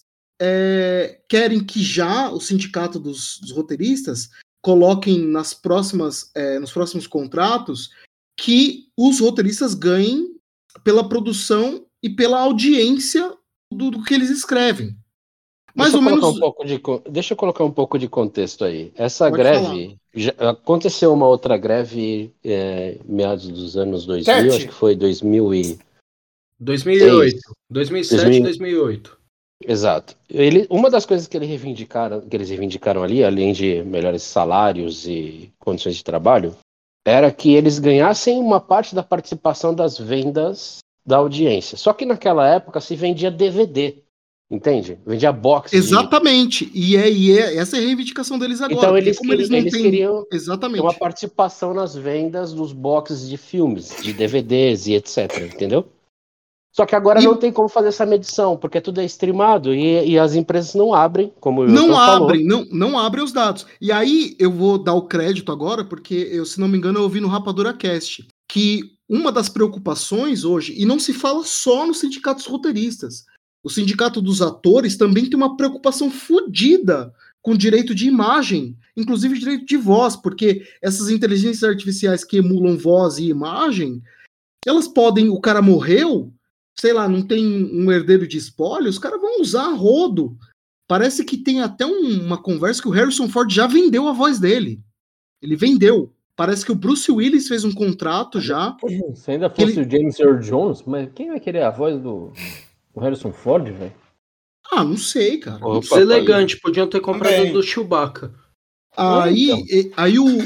é, querem que já o sindicato dos, dos roteiristas coloquem nas próximas, é, nos próximos contratos que os roteiristas ganhem pela produção e pela audiência do, do que eles escrevem. Mais deixa, ou eu colocar menos. um pouco de, co- deixa eu colocar um pouco de contexto aí. Essa Pode greve, já- aconteceu uma outra greve é, em meados dos anos dois mil, Sete. acho que foi dois mil e... dois mil e oito. dois mil e sete, dois mil. dois mil e oito. Exato. Ele, uma das coisas que, ele reivindicaram, que eles reivindicaram ali, além de melhores salários e condições de trabalho, era que eles ganhassem uma parte da participação das vendas da audiência. Só que naquela época se vendia D V D, entende? Vendia box. de- Exatamente. E, é, e é, essa é a reivindicação deles agora. Então porque eles, como queri- eles não eles têm- queriam Exatamente. ter uma participação nas vendas dos boxes de filmes, de D V Ds e etcétera, entendeu? Só que agora E- não tem como fazer essa medição, porque tudo é streamado e, e as empresas não abrem, como o Wilton Não falou. abrem, não, não abrem os dados. E aí eu vou dar o crédito agora, porque eu, se não me engano, eu ouvi no Rapadura Cast que uma das preocupações hoje, e não se fala só nos sindicatos roteiristas, o sindicato dos atores também tem uma preocupação fodida com direito de imagem, inclusive direito de voz, porque essas inteligências artificiais que emulam voz e imagem, elas podem, o cara morreu, sei lá, não tem um herdeiro de espólio, os caras vão usar a rodo parece que tem até um, uma conversa que o Harrison Ford já vendeu a voz dele. Ele vendeu. Parece que o Bruce Willis fez um contrato já. Se ainda fosse ele... o James Earl Jones, mas quem vai querer a voz do, do Harrison Ford, velho? Ah, não sei, cara. Opa, sei. Elegante, podiam ter comprado Também. do Chewbacca. Aí, então. aí o,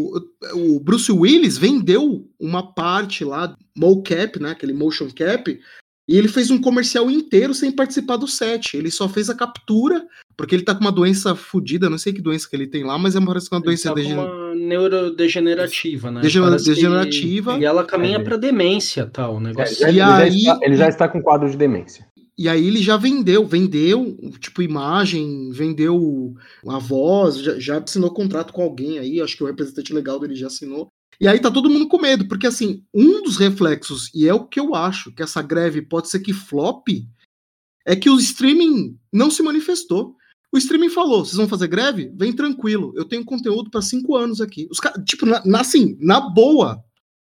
o, o Bruce Willis vendeu uma parte lá, mocap, né, aquele motion cap, e ele fez um comercial inteiro sem participar do set. Ele só fez a captura, porque ele tá com uma doença fodida, não sei que doença que ele tem lá, mas é uma, uma doença... Ele tá com uma neurodegenerativa, né? Degener- degenerativa. Que... E ela caminha é. pra demência, tal, o negócio. É, e ele, aí... já está, ele já está com quadro de demência. E aí ele já vendeu, vendeu, tipo, imagem, vendeu a voz, já, já assinou contrato com alguém aí, acho que o representante legal dele já assinou. E aí tá todo mundo com medo, porque assim, um dos reflexos, e é o que eu acho, que essa greve pode ser que flop, é que o streaming não se manifestou. O streaming falou, vocês vão fazer greve? Vem tranquilo, eu tenho conteúdo para cinco anos aqui. Os caras, tipo, na, na, assim, na boa,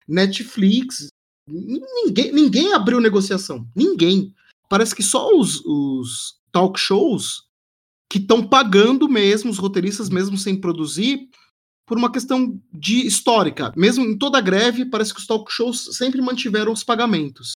Netflix, ninguém, ninguém abriu negociação, ninguém. Parece que só os, os talk shows que estão pagando mesmo, os roteiristas mesmo sem produzir, por uma questão de histórica. Mesmo em toda a greve, parece que os talk shows sempre mantiveram os pagamentos.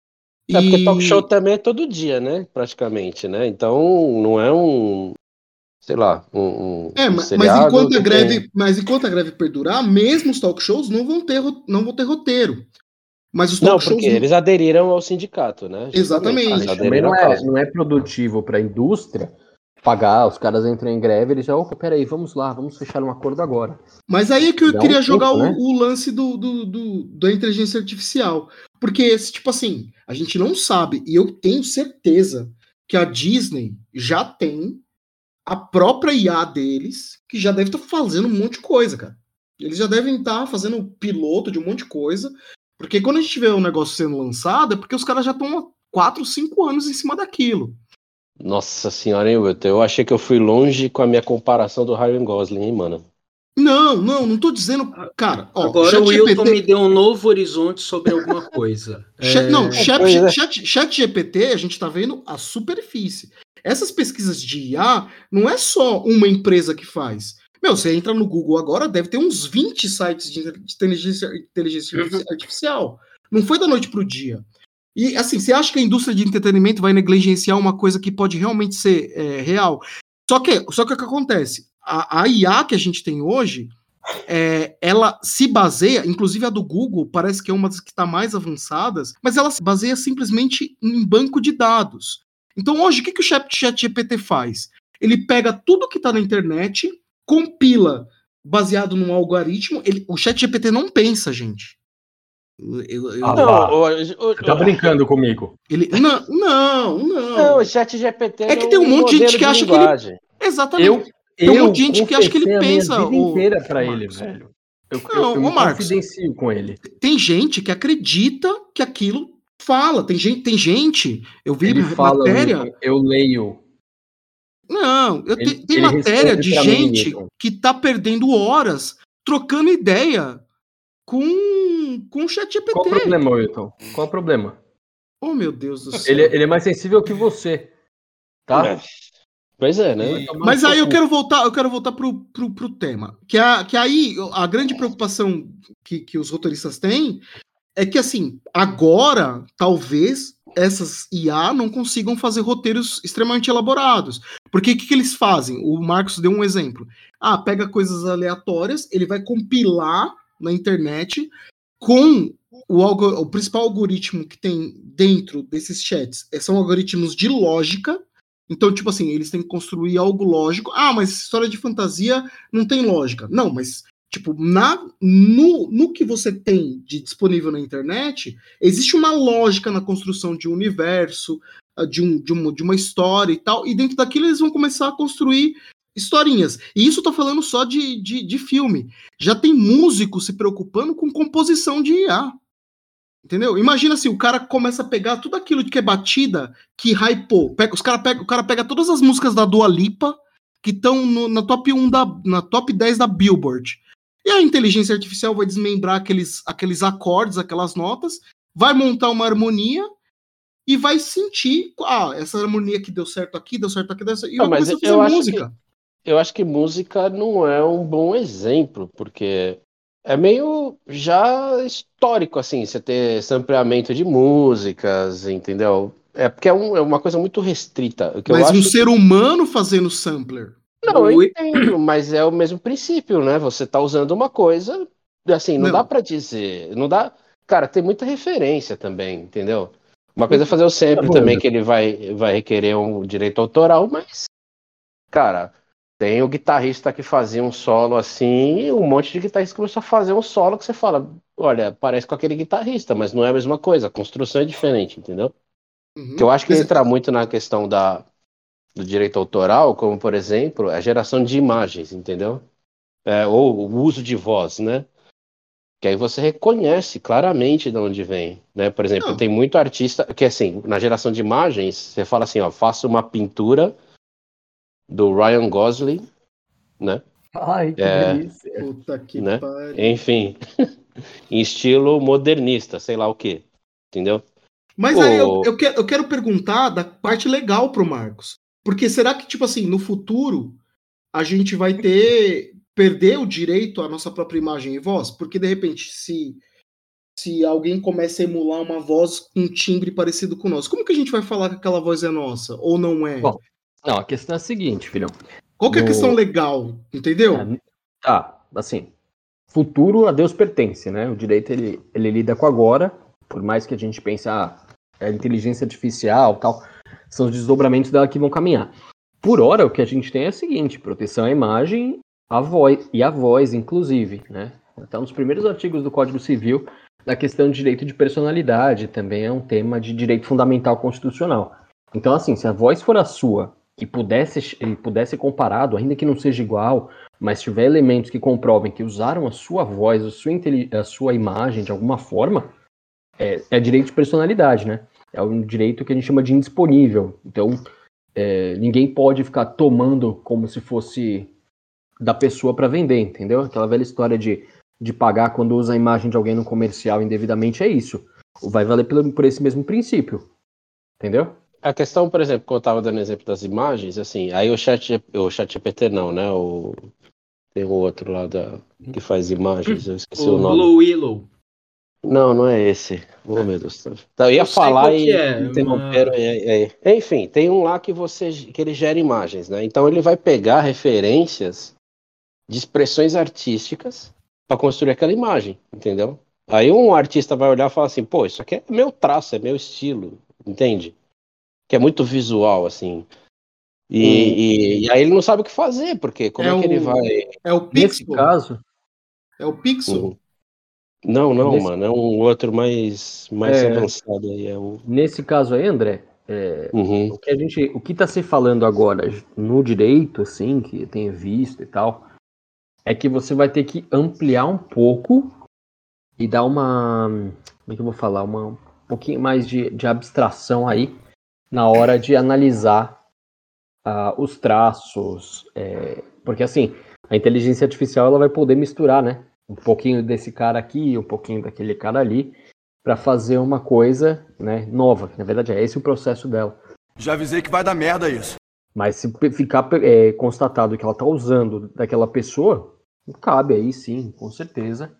É e... porque talk show também é todo dia, né? Praticamente, né? Então não é um, sei lá, um, um É, mas, mas, enquanto a greve, tem... mas enquanto a greve perdurar, mesmo os talk shows não vão ter, não vão ter roteiro. Mas os não, porque eles não... aderiram ao sindicato, né? Exatamente. Também não é, não é produtivo para a indústria pagar, os caras entram em greve, eles já, opa, peraí, vamos lá, vamos fechar um acordo agora. Mas aí é que eu Dá queria um jogar tempo, o, né? o lance do, do, do, da inteligência artificial. Porque, tipo assim, a gente não sabe, e eu tenho certeza que a Disney já tem a própria I A deles, que já deve estar fazendo um monte de coisa, cara. Eles já devem estar fazendo piloto de um monte de coisa. Porque quando a gente vê o negócio sendo lançado, é porque os caras já estão há quatro, cinco anos em cima daquilo. Nossa senhora, hein, Wilton? Eu achei que eu fui longe com a minha comparação do Ryan Gosling, hein, mano? Não, não, não tô dizendo... Cara, ó, agora o Wilton G P T... me deu um novo horizonte sobre alguma coisa. Chat, é... Não, chat, chat, chat G P T, a gente tá vendo a superfície. Essas pesquisas de I A não é só uma empresa que faz. Meu, você entra no Google agora, deve ter uns vinte sites de inteligência, inteligência uhum. artificial. Não foi da noite pro dia. E, assim, você acha que a indústria de entretenimento vai negligenciar uma coisa que pode realmente ser é, real? Só que, só que o que acontece? A, a I A que a gente tem hoje, é, ela se baseia, inclusive a do Google, parece que é uma das que está mais avançadas, mas ela se baseia simplesmente em banco de dados. Então, hoje, o que, que o Chat G P T faz? Ele pega tudo que está na internet, compila baseado num algoritmo. Ele, o Chat G P T não pensa, gente. Eu, eu, ah, não, o, o, o, tá brincando comigo. Ele, não, não, não. Não, o Chat G P T é que tem um monte de gente que acha linguagem. que ele... Exatamente. Eu, tem um monte de gente eu que acha que ele pensa. A vida o... inteira pra ele, velho. Eu, não, eu, eu ô, me Marcos, confidencio com ele. Tem gente que acredita que aquilo fala. Tem gente, tem gente eu vi ele matéria. Fala, eu leio. Não, eu ele, te, tem matéria de gente mim, que tá perdendo horas trocando ideia com, com o Chat G P T. Qual o problema, Wilton? Qual o problema? Oh, meu Deus do céu. Ele, ele é mais sensível que você, tá? É. Pois é, né? Mas aí eu quero voltar, eu quero voltar pro, pro, pro tema. Que, a, que aí a grande preocupação que, que os roteiristas têm é que, assim, agora, talvez, essas I A não consigam fazer roteiros extremamente elaborados. Porque o que, que eles fazem? O Marcos deu um exemplo. Ah, pega coisas aleatórias, ele vai compilar na internet com o, o principal algoritmo que tem dentro desses chats. São algoritmos de lógica. Então, tipo assim, eles têm que construir algo lógico. Ah, mas história de fantasia não tem lógica. Não, mas... Tipo, na, no, no que você tem de disponível na internet, existe uma lógica na construção de um universo, de, um, de, uma, de uma história e tal, e dentro daquilo eles vão começar a construir historinhas. E isso eu tô falando só de, de, de filme. Já tem músico se preocupando com composição de I A. Entendeu? Imagina assim, o cara começa a pegar tudo aquilo que é batida, que hypou. Pega, os cara pega, o cara pega todas as músicas da Dua Lipa, que estão na top um da, na top dez da Billboard. E a inteligência artificial vai desmembrar aqueles, aqueles acordes, aquelas notas, vai montar uma harmonia e vai sentir, ah, essa harmonia que deu certo aqui, deu certo aqui, deu certo, e Não, vai mas começar a fazer eu acho música. que, eu acho que música não é um bom exemplo, porque é meio já histórico, assim, você ter sampleamento de músicas, entendeu? É porque é, um- é uma coisa muito restrita. O que eu Mas um acho ser humano fazendo sampler. Não, eu O- entendo, mas é o mesmo princípio, né? Você tá usando uma coisa, assim, não, Não. dá pra dizer, não dá. Cara, tem muita referência também, entendeu? Uma coisa é fazer o sample Tá também, bom. que ele vai, vai requerer um direito autoral, mas, cara, tem o guitarrista que fazia um solo assim, e um monte de guitarrista começou a fazer um solo que você fala, olha, parece com aquele guitarrista, mas não é a mesma coisa, a construção é diferente, entendeu? Uhum. Que eu acho que Mas- entra muito na questão da do direito autoral, como por exemplo, a geração de imagens, entendeu? É, ou o uso de voz, né? Que aí você reconhece claramente de onde vem, né? Por exemplo, Não. tem muito artista que assim, na geração de imagens, você fala assim, ó, faça uma pintura do Ryan Gosling, né? Ai, que É, delícia. Puta que né? pariu. Enfim, em estilo modernista, sei lá o quê, entendeu? Mas aí eu, O- eu, quero, eu quero perguntar da parte legal pro Marcos. Porque será que, tipo assim, no futuro a gente vai ter perder o direito à nossa própria imagem e voz? Porque de repente, se, se alguém começa a emular uma voz com um timbre parecido com o nosso, como que a gente vai falar que aquela voz é nossa? Ou não é? Bom, não, a questão é a seguinte, filhão. Qual que é a no- questão legal? Entendeu? É, tá, assim, futuro a Deus pertence, né? O direito ele, ele lida com agora, por mais que a gente pense, ah, a inteligência artificial, tal, são os desdobramentos dela que vão caminhar. Por hora, o que a gente tem é o seguinte: proteção à imagem, a voz e a voz, inclusive, né? Então, nos primeiros artigos do Código Civil, da questão de direito de personalidade, também é um tema de direito fundamental constitucional. Então, assim, se a voz for a sua e pudesse, e pudesse ser comparado, ainda que não seja igual, mas tiver elementos que comprovem que usaram a sua voz, a sua, a sua imagem de alguma forma, é, é direito de personalidade, né? É um direito que a gente chama de indisponível. Então, é, ninguém pode ficar tomando como se fosse da pessoa para vender, entendeu? Aquela velha história de, de pagar quando usa a imagem de alguém no comercial indevidamente é isso. Vai valer por, por esse mesmo princípio, entendeu? A questão, por exemplo, quando eu estava dando exemplo das imagens, assim, aí o chat, o chat G P T não, né? O, tem o outro lá da, que faz imagens, eu esqueci o, O nome. Blue Willow. Não, não é esse. Oh, meu Deus. Então, eu ia Eu sei falar qual e que é, interromperam. uma- é, é. Enfim, tem um lá que você que ele gera imagens, né? Então ele vai pegar referências de expressões artísticas para construir aquela imagem, entendeu? Aí um artista vai olhar e falar assim, pô, isso aqui é meu traço, é meu estilo, entende? Que é muito visual, assim. E, e, e aí ele não sabe o que fazer, porque como é, É que ele o- vai. É o Nesse Pixel? caso, É o Pixel? Uhum. Não, não, Nesse- mano, é um outro mais, mais É. avançado aí. É o... nesse caso aí, André, é, Uhum. o que a gente, o que está se falando agora no direito, assim, que eu tenho visto e tal, é que você vai ter que ampliar um pouco e dar uma, como é que eu vou falar, uma, um pouquinho mais de, de abstração aí na hora de analisar ah, os traços, é, porque assim, a inteligência artificial ela vai poder misturar, né, um pouquinho desse cara aqui, um pouquinho daquele cara ali, para fazer uma coisa, né, nova. Na verdade, é esse o processo dela. Já avisei que vai dar merda isso. Mas se ficar é, constatado que ela está usando daquela pessoa, cabe aí sim, com certeza,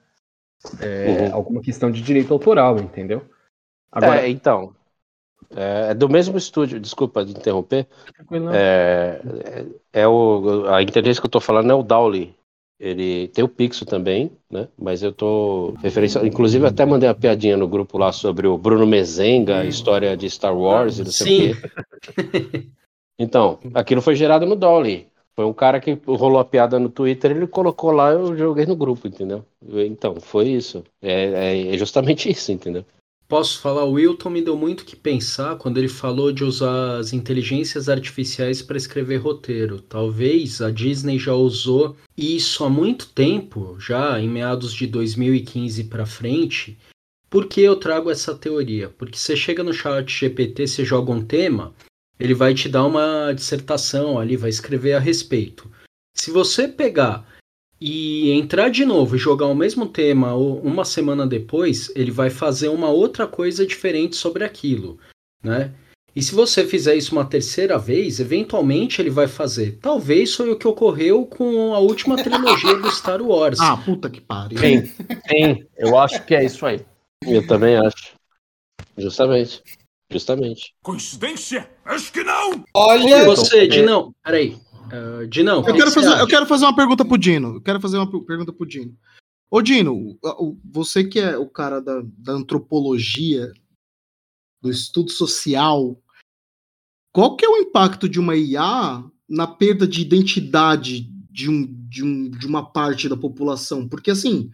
é, Uhum. alguma questão de direito autoral, entendeu? Agora, É, então, é, é do mesmo estúdio, desculpa de interromper, tranquilo, não. é, é, é o, a inteligência que eu tô falando é o Dall-E. Ele tem o Pixel também, né? Mas eu tô referenciando, inclusive até mandei uma piadinha no grupo lá sobre o Bruno Mezenga, a história de Star Wars e não sei Sim. o quê. Então, aquilo foi gerado no Dall-E. Foi um cara que rolou a piada no Twitter, ele colocou lá, eu joguei no grupo, entendeu? Então, foi isso. É, é, é justamente isso, entendeu? Posso falar, o Wilton me deu muito o que pensar quando ele falou de usar as inteligências artificiais para escrever roteiro. Talvez a Disney já usou isso há muito tempo, já em meados de dois mil e quinze para frente. Por que eu trago essa teoria? Porque você chega no chat G P T, você joga um tema, ele vai te dar uma dissertação ali, vai escrever a respeito. Se você pegar e entrar de novo e jogar o mesmo tema uma semana depois, ele vai fazer uma outra coisa diferente sobre aquilo. né? E se você fizer isso uma terceira vez, eventualmente ele vai fazer. Talvez foi o que ocorreu com a última trilogia do Star Wars. Ah, puta que pariu. Sim, sim, eu acho que é isso aí. Eu também acho. Justamente. Justamente. Coincidência? Acho que não! Olha, E você, Dinão, peraí. Uh, Dinão, o que Eu quero, que você fazer, eu acha? quero fazer uma pergunta pro Dino. Eu quero fazer uma per- pergunta pro Dino. Ô, Dino, o- o- você que é o cara da, da antropologia, do estudo social, qual que é o impacto de uma I A na perda de identidade de, um, de, um, de uma parte da população? Porque, assim,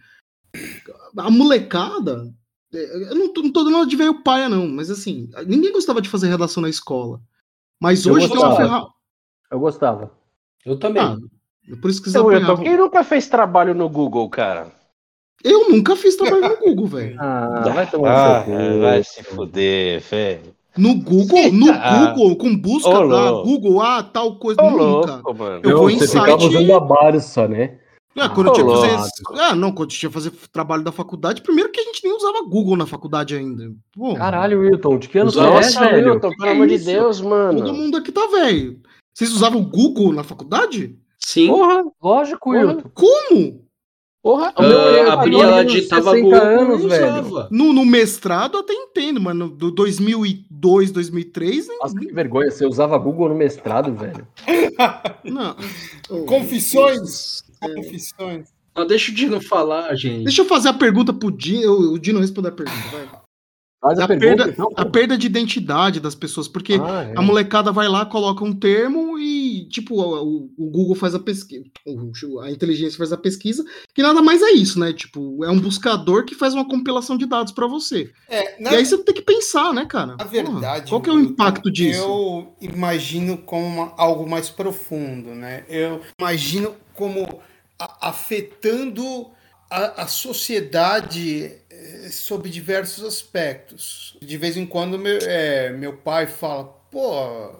a molecada, é, eu não tô, não tô dando nada de velho paia, não, mas, assim, ninguém gostava de fazer redação na escola. Mas Eu hoje tem uma gostava. ferramenta. Eu gostava. Eu também. Ah, por isso que eles Ô, Wilton, apanhavam. quem nunca fez trabalho no Google, cara? Eu nunca fiz trabalho no Google, velho. Ah, vai tomar Ah, no seu cu. vai se fuder, velho. No Google, no Ah. Google, com busca Ô, da louco. Google, ah, tal coisa, Ô, nunca. louco, mano. Eu Não, vou em você site- ficava usando a Barça, né? Ah, quando eu Ô, tinha que fazer. louco. Ah, não, quando eu tinha que fazer trabalho da faculdade, primeiro que a gente nem usava Google na faculdade ainda. Pô, Caralho, Wilton, de que ano você Nossa, é, velho? Wilton, Que pelo que é amor de isso? Deus, mano. todo mundo aqui tá velho. Vocês usavam o Google na faculdade? Sim. Porra, Lógico, Porra. Wilton. Como? porra. O meu Ah, orientador abria de lá, uns digitava sessenta Google anos, e velho. usava. No, no mestrado eu até entendo, mano. Do dois mil e dois, dois mil e três, nem- Nossa, que vergonha. Você usava Google no mestrado, velho. não. Oh, confissões. Deus. Confissões. Ah, deixa o Dino falar, gente. Deixa eu fazer a pergunta pro Dino. O Dino responder a pergunta, vai. Faz a, A pergunta, perda, então. a perda de identidade das pessoas, porque Ah, é. a molecada vai lá, coloca um termo e, tipo, o, o Google faz a pesquisa, a inteligência faz a pesquisa, que nada mais é isso, né? Tipo, é um buscador que faz uma compilação de dados pra você. É, na, E aí você tem que pensar, né, cara? na Porra, verdade, qual que é o Wilton, impacto disso? Eu imagino como uma- algo mais profundo, né? Eu imagino como a- afetando a, a sociedade eh, sob diversos aspectos. De vez em quando meu, é, meu pai fala, pô,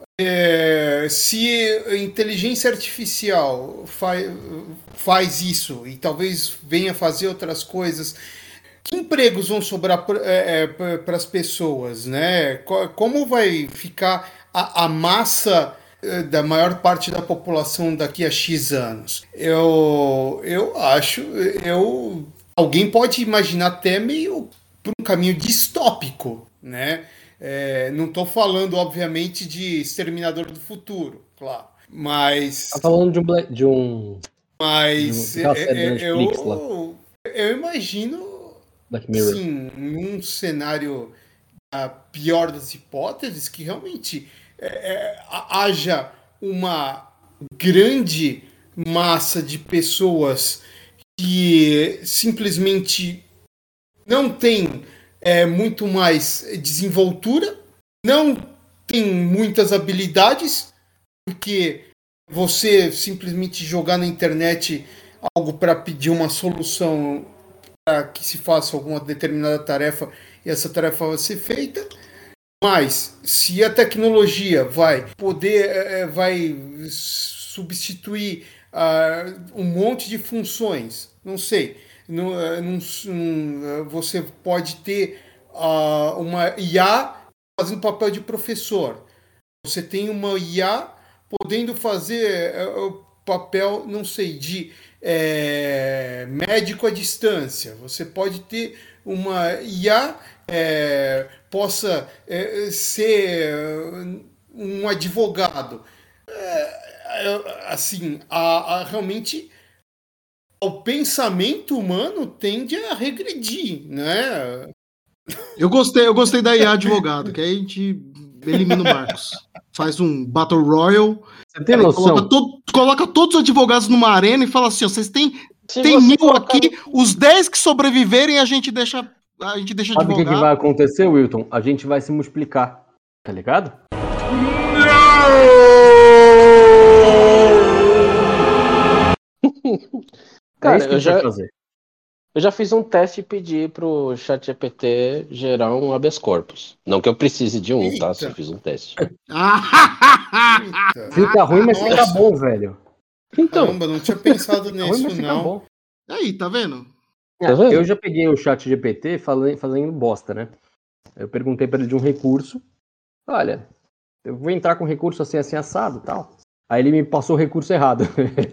é, se a inteligência artificial faz, faz isso e talvez venha fazer outras coisas, que empregos vão sobrar para as pessoas, né? Co- Como vai ficar a, a massa eh, da maior parte da população daqui a X anos? Eu, eu acho, eu, alguém pode imaginar até meio por um caminho distópico, né? É, não estou falando, obviamente, de Exterminador do Futuro, claro, mas Tá falando de um... Black- De um... mas de uma é, série da é, Netflix lá. eu, eu imagino Black Mirror. sim, num cenário a pior das hipóteses, que realmente é, é, ha- haja uma grande massa de pessoas que simplesmente não tem é, muito mais desenvoltura, não tem muitas habilidades, porque você simplesmente jogar na internet algo para pedir uma solução para que se faça alguma determinada tarefa e essa tarefa vai ser feita. Mas se a tecnologia vai poder, eh, vai substituir ah, um monte de funções, não sei, não, eh, não- não- você pode ter ah, uma I A fazendo papel de professor. Você tem uma I A podendo fazer eh, o papel, não sei, de eh, médico à distância. Você pode ter uma I A eh, possa eh, ser um advogado. Eh, assim, a, a- realmente o pensamento humano tende a regredir, né? Eu gostei, eu gostei da I A advogado, que aí a gente elimina o Marcos. Faz um Battle Royale, Você tem aí noção? coloca, todo- coloca todos os advogados numa arena e fala assim: ó, vocês têm, Se tem você mil colocar- aqui, os dez que sobreviverem a gente deixa, a gente deixa Sabe o que, que advogar. vai acontecer, Wilton? A gente vai se multiplicar, tá ligado? Cara, é isso que eu a gente vai já- fazer. Eu já fiz um teste e pedi pro ChatGPT gerar um habeas corpus. Não que eu precise de um, tá? Eita. Só fiz um teste. Ah, Eita. Fica ruim, mas fica Nossa. bom, velho. Então, Caramba, não tinha pensado Fica ruim, nisso, mas fica não. bom. aí, tá vendo? Tá vendo? Eu já peguei o chat G P T falando, fazendo bosta, né? Eu perguntei pra ele de um recurso olha, eu vou entrar com recurso assim, assim, assado e tal. Aí ele me passou o recurso errado.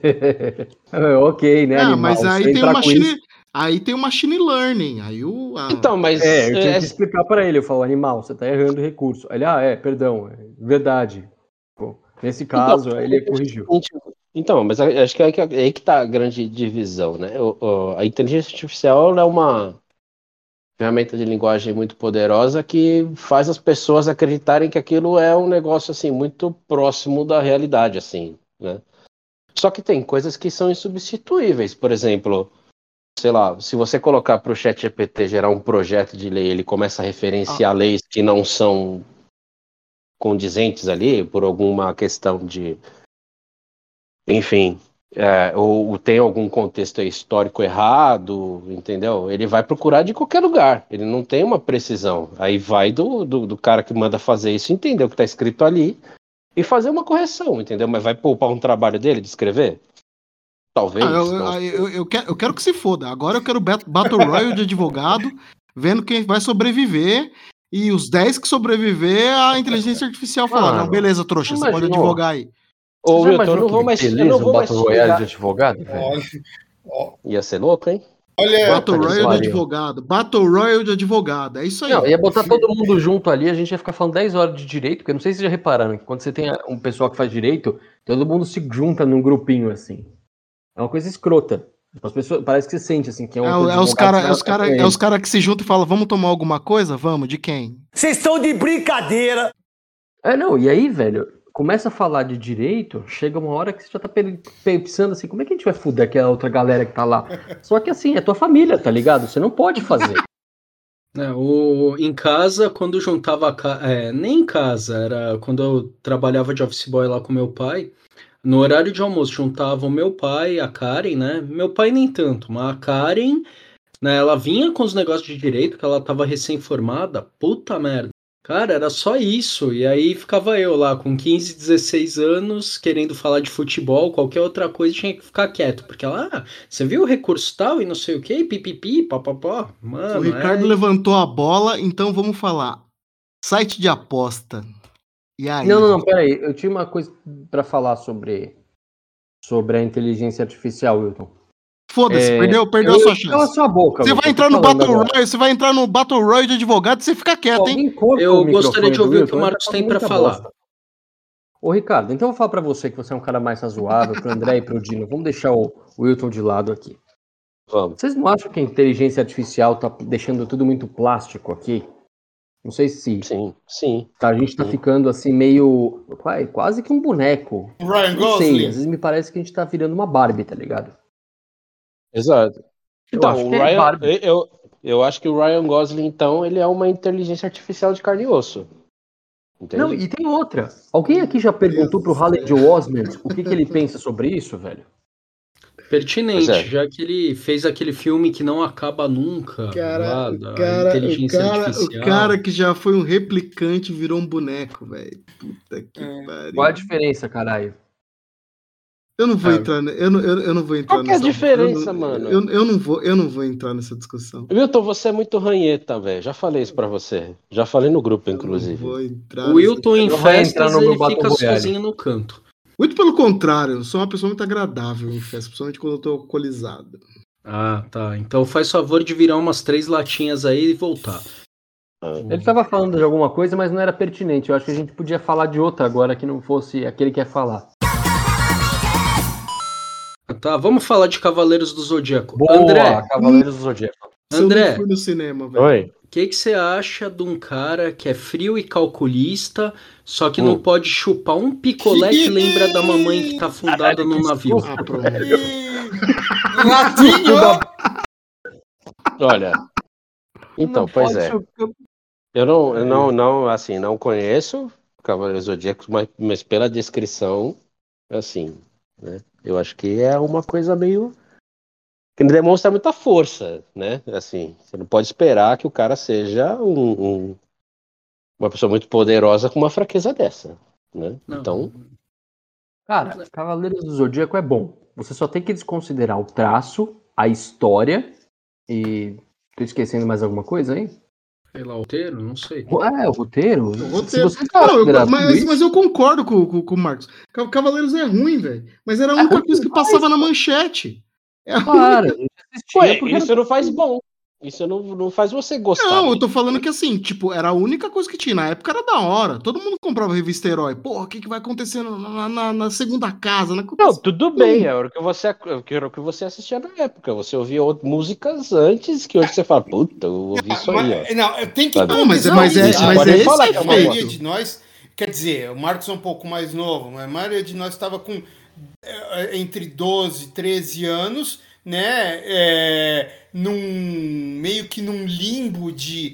Ok, né, Ah, animal? mas aí Se eu tem, entrar o com machine, isso- aí tem o machine learning. Aí o. a- Então, mas. É, eu tinha é- que explicar pra ele. Eu falo, animal, você tá errando o recurso. Aí ele, ah, é, perdão, é verdade. Pô, nesse caso, aí ele corrigiu. Então, mas a- acho que é que- é aí que tá a grande divisão, né? O- o- a inteligência artificial ela é uma ferramenta de linguagem muito poderosa que faz as pessoas acreditarem que aquilo é um negócio assim muito próximo da realidade, assim, né? Só que tem coisas que são insubstituíveis. Por exemplo, sei lá, se você colocar para o ChatGPT gerar um projeto de lei, ele começa a referenciar leis que não são condizentes ali por alguma questão de, enfim, é, ou, ou tem algum contexto histórico errado, entendeu? Ele vai procurar de qualquer lugar, ele não tem uma precisão. Aí vai do, do, do cara que manda fazer isso entender o que está escrito ali e fazer uma correção, entendeu? Mas vai poupar um trabalho dele de escrever? Talvez. Ah, eu, não eu, eu, eu quero, eu quero que se foda. Agora eu quero Bat- Battle Royale de advogado, vendo quem vai sobreviver. E os dez que sobreviver, a inteligência artificial fala: Mano, não, beleza, trouxa, você pode imaginou? advogar aí. Ô, Você já Wilton, eu imaginou não vou que mais, eu beleza não vou um mais Battle Royale chegar. de advogado, velho? Olha, ó, Ia ser louco, hein? olha, Battle que Royale de pariu. advogado. Battle Royale de advogado. É isso aí. Não, ia botar todo mundo junto ali, a gente ia ficar falando dez horas de direito, porque eu não sei se vocês já repararam que quando você tem um pessoal que faz direito, todo mundo se junta num grupinho assim. É uma coisa escrota. As pessoas, parece que você sente assim, que é um É, outro o- é os advogado, caras você é os vai cara, com é ele. os cara que se juntam e falam: vamos tomar alguma coisa? Vamos, de quem? Vocês estão de brincadeira. É, não, e aí, velho, começa a falar de direito, chega uma hora que você já tá pe- pensando assim, como é que a gente vai fuder aquela outra galera que tá lá? Só que assim, é tua família, tá ligado? Você não pode fazer. É, o, em casa, quando juntava. a ca- É, nem em casa, era quando eu trabalhava de office boy lá com meu pai. No horário de almoço, juntava o meu pai, a Karen, né? Meu pai nem tanto, mas a Karen, né? Ela vinha com os negócios de direito, que ela tava recém-formada. Puta merda. Cara, era só isso. E aí ficava eu lá com quinze, dezesseis anos, querendo falar de futebol, qualquer outra coisa, tinha que ficar quieto. Porque ela, ah, você viu o recurso tal e não sei o que, pipipi, papapó. Mano, O Ricardo é... levantou a bola, então vamos falar. Site de aposta. E aí? Não, não, não, peraí. Eu tinha uma coisa pra falar sobre, sobre a inteligência artificial, Wilton. Foda-se, É, perdeu, perdeu eu- a sua Cala chance. sua boca, Você Wilton, vai tô entrar no falando Battle agora. Royale, você vai entrar no Battle Royale de advogado, você fica quieto, hein? Alguém corta Eu o gostaria microfone de do ouvir o Wilton, que o ele Marcos tá tem falando pra muita falar. bosta. Ô, Ricardo, então eu vou falar pra você que você é um cara mais razoável, pro André e pro Dino. Vamos deixar o, o Wilton de lado aqui. Vamos. Vocês não acham que a inteligência artificial tá deixando tudo muito plástico aqui? Não sei se Sim, sim. tá, a gente tá Sim. ficando assim meio quai- quase que um boneco. Ryan Não sei, Gosling. às vezes me parece que a gente tá virando uma Barbie, tá ligado? Exato. Eu Então, acho o que é Ryan, Barbie. eu, eu acho que o Ryan Gosling, então, ele é uma inteligência artificial de carne e osso. Entende? Não, e tem outra. Alguém aqui já perguntou pro Haley Joel Osment o que, que ele pensa sobre isso, velho? Pertinente, Pois é. já que ele fez aquele filme que não acaba nunca, Cara, lá, o da cara, o inteligência cara, o artificial. cara que já foi um replicante virou um boneco, velho. Puta que É. pariu. Qual a diferença, caralho? Eu não vou Ah, entrar, ne- eu não, eu, eu não vou entrar Qual que é a nessa. diferença, eu não, mano? Eu, eu não vou, eu não vou entrar nessa discussão. Wilton, você é muito ranheta, velho. Já falei isso pra você. Já falei no grupo, Eu não inclusive. vou entrar. O Wilton em não vai entrar festas, no meu ele Battle fica Royale. sozinho no canto. Muito pelo contrário, eu sou uma pessoa muito agradável em festa, principalmente quando eu tô alcoolizado. Ah, tá. Então faz favor de virar umas três latinhas aí e voltar. Ele tava falando de alguma coisa, mas não era pertinente. Eu acho que a gente podia falar de outra agora que não fosse aquele que ia falar. Tá, vamos falar de Cavaleiros do Zodíaco. Boa, André, Cavaleiros do Zodíaco. Se eu André, não fui no cinema, velho. Oi. o que que você acha de um cara que é frio e calculista, só que Hum. não pode chupar um picolé que lembra da mamãe que tá afundada num navio? Ah, pronto. Ratinho! Olha. Então, Não pois pode é. chocar- Eu não, eu não, não, assim, não conheço Cavaleiros Zodíacos, mas, mas pela descrição, assim, né? Eu acho que é uma coisa meio que demonstra muita força, né? Assim, você não pode esperar que o cara seja um, um- uma pessoa muito poderosa com uma fraqueza dessa, né? Não. Então, Cara, Cavaleiros do Zodíaco é bom. Você só tem que desconsiderar o traço, a história e... Tô esquecendo mais alguma coisa, hein? Sei lá, o roteiro? Não sei. É, o roteiro. O roteiro. Se você tá Não, eu- considerando mas, isso, mas eu concordo com, com, com o Marcos. Ca- Cavaleiros é ruim, velho. Mas era a única ruim coisa que demais, passava na manchete. É a Claro, a única- gente assistia Ué, porque isso era- não faz bom. Isso não, não faz você gostar. Não, eu dele. tô falando que assim, tipo, era a única coisa que tinha. Na época era da hora. Todo mundo comprava revista Herói. Porra, o que, que vai acontecer na, na, na segunda casa? Não, Não, tudo bem, era o que você, era o que você assistia na época. Você ouvia out- músicas antes que hoje você fala, puta, eu ouvi isso aí, ó. Mas, não, tem que Sabe? Não, mas, mas é, Isso, mas pode é esse falar que é a uma maioria efeito. de nós, quer dizer, o Marcos é um pouco mais novo, mas a maioria de nós estava com é, entre doze, treze anos, né? É, num, meio que num limbo de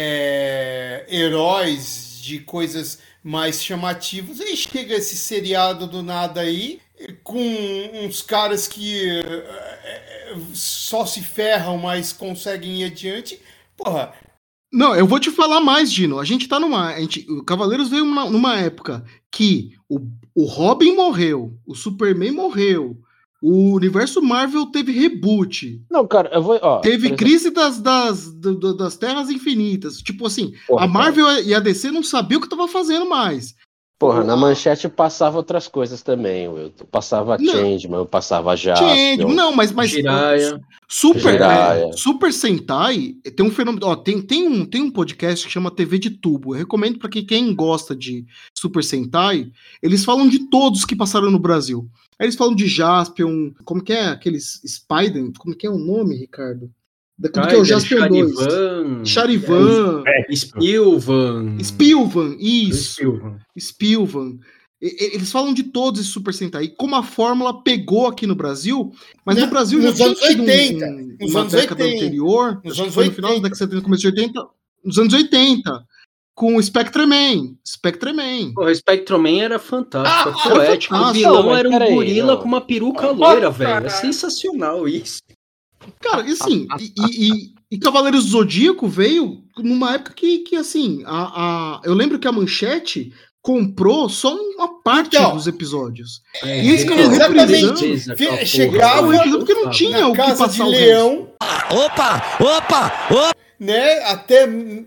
é, heróis, de coisas mais chamativas. Aí chega esse seriado do nada aí, com uns caras que é, só se ferram, mas conseguem ir adiante. Porra. Não, eu vou te falar mais, Dino. A gente tá numa. A gente, o Cavaleiros veio uma- numa época que o, o Robin morreu, o Superman morreu, o universo Marvel teve reboot. Não, cara, eu vou. Ó, Teve por exemplo, crise das, das, do- do- das Terras Infinitas. Tipo assim, Porra, a Marvel e a D C não sabiam o que tava fazendo mais. Porra, na manchete passava outras coisas também, Wilton. Passava Não. Changeman, passava Change, Jaspion. não, mas, mas Jiraiya. Super, Jiraiya. é, Super Sentai tem um fenômeno. Ó, tem, tem, um, tem um podcast que chama T V de Tubo. Eu recomendo para que quem gosta de Super Sentai, eles falam de todos que passaram no Brasil. Aí eles falam de Jaspion, como que é aqueles Spider, como que é o nome, Ricardo? Da, como que é o Tiger, Jaspion dois? Charivan, Charivan, Spilvan. Spilvan, isso. Spilvan. Spilvan. E- e- Eles falam de todos esses Super Sentai. E como a fórmula pegou aqui no Brasil, mas Na- no Brasil já nos tinha anos tido um- oitenta, um- nos uma anos década oitenta, anterior, nos acho anos que foi no final da oitenta. década de setenta, começo de oitenta, nos anos oitenta, com o Spectreman. Spectreman. Porra, Spectreman era fantástico, Ah, é era poético. O fantástico. vilão Não, mas era um peraí, gorila não. com uma peruca loira, velho. É sensacional isso. Cara, e assim, e, e- e- e Cavaleiros do Zodíaco veio numa época que, que assim, a, a, eu lembro que a Manchete comprou só uma parte Então, dos episódios. É, E eles ficaram exatamente. reprisando. Fi- aquela chegava porra. Reprisando porque não tinha na o que Casa passar de o Leão, Opa, opa, opa. né? Até.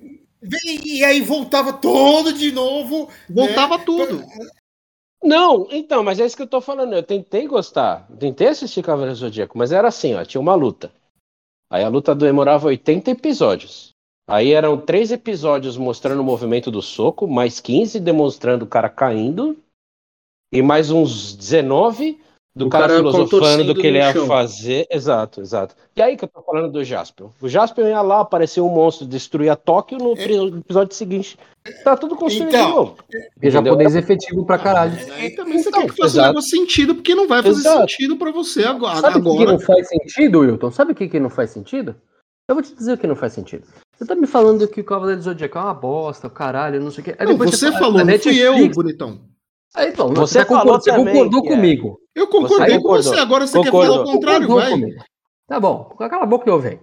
E aí voltava todo de novo. Voltava né? tudo. Não, então, mas é isso que eu tô falando. Eu tentei gostar, tentei assistir Cavaleiro do Zodíaco, mas era assim, ó, tinha uma luta. Aí a luta demorava oitenta episódios. Aí eram três episódios mostrando o movimento do soco, mais quinze demonstrando o cara caindo, e mais uns dezenove do O cara, cara filosofando contorcendo do que ele no ia chão. fazer. Exato, exato. E aí que eu tô falando do Jaspion. O Jaspion ia lá, apareceu um monstro, destruía Tóquio no É. pri- episódio seguinte. Tá tudo construído Então, de novo. Porque Entendeu? japonês é efetivo pra caralho. Aí também você Então, quer que faça exato. um negócio sentido, porque não vai fazer Exato. sentido pra você agora. Sabe o que, que agora. não faz sentido, Wilton? Sabe o que, que não faz sentido? Eu vou te dizer o que não faz sentido. Você tá me falando que o Cavaleiro do Zodíaco é uma bosta, caralho, não sei o que. Aí Não, depois você fala, falou, a não fui eu, Netflix- bonitão. Aí, então, Você você, tá falou concordou, você também concordou que é. comigo. Eu concordei Você com concordou. você, agora você quer Concordou. falar o contrário, Concordou vai. comigo. Tá bom, cala a boca que eu venho.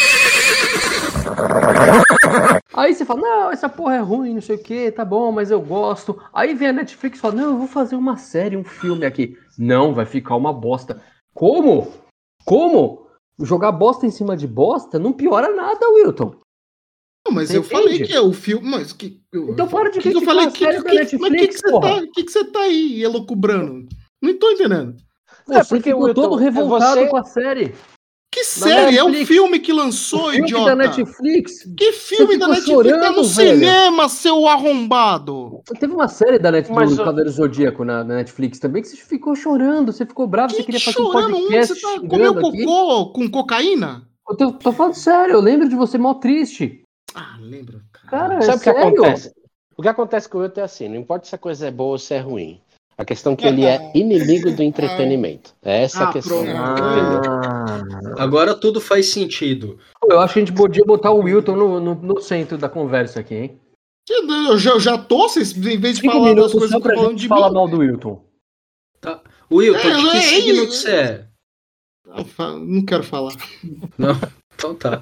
Aí você fala, não, essa porra é ruim, não sei o que, tá bom, mas eu gosto. Aí vem a Netflix e fala, não, eu vou fazer uma série, um filme aqui. Não, vai ficar uma bosta. Como? Como? Jogar bosta em cima de bosta não piora nada, Wilton. Não, mas Você eu falei entende? que é o filme. Mas que, eu, Então para de que, que eu criticar falei? a Que, série que, da que, Netflix, mas que, que, você porra. tá, que, que você tá aí elocubrando? Não tô entendendo. É, Você porque, ficou Wilton, todo é revoltado você- com a série. Que série? É o Netflix. filme que lançou, O filme idiota. da Netflix. Que filme Você da ficou Netflix? chorando, Tá no velho. cinema, seu arrombado. Teve uma série da Netflix, Mas do o- Cavaleiro Zodíaco na, na Netflix também, que você ficou chorando, você ficou bravo, você Que queria fazer um chorando onde? podcast Você tá, comeu xingando aqui. cocô com cocaína? Eu tô, tô falando sério, eu lembro de você mal triste. Ah, lembra, cara. Cara, é Sabe o que sério? acontece? O que acontece com o Wilton é assim, não importa se a coisa é boa ou se é ruim. A questão é que ele é inimigo do entretenimento. É essa Ah, a questão. pronto. Entendeu? Ah, Agora tudo faz sentido. eu acho que a gente podia botar o Wilton no, no, no centro da conversa aqui, hein? Eu já, eu já tô, vocês, em vez de Cinco falar das minutos coisas só que pra estão falando gente de falar mim. mal do Wilton. Tá. Wilton, É, de que é, signo é, que você é? Ah, fa- Não quero falar. Não? Então tá.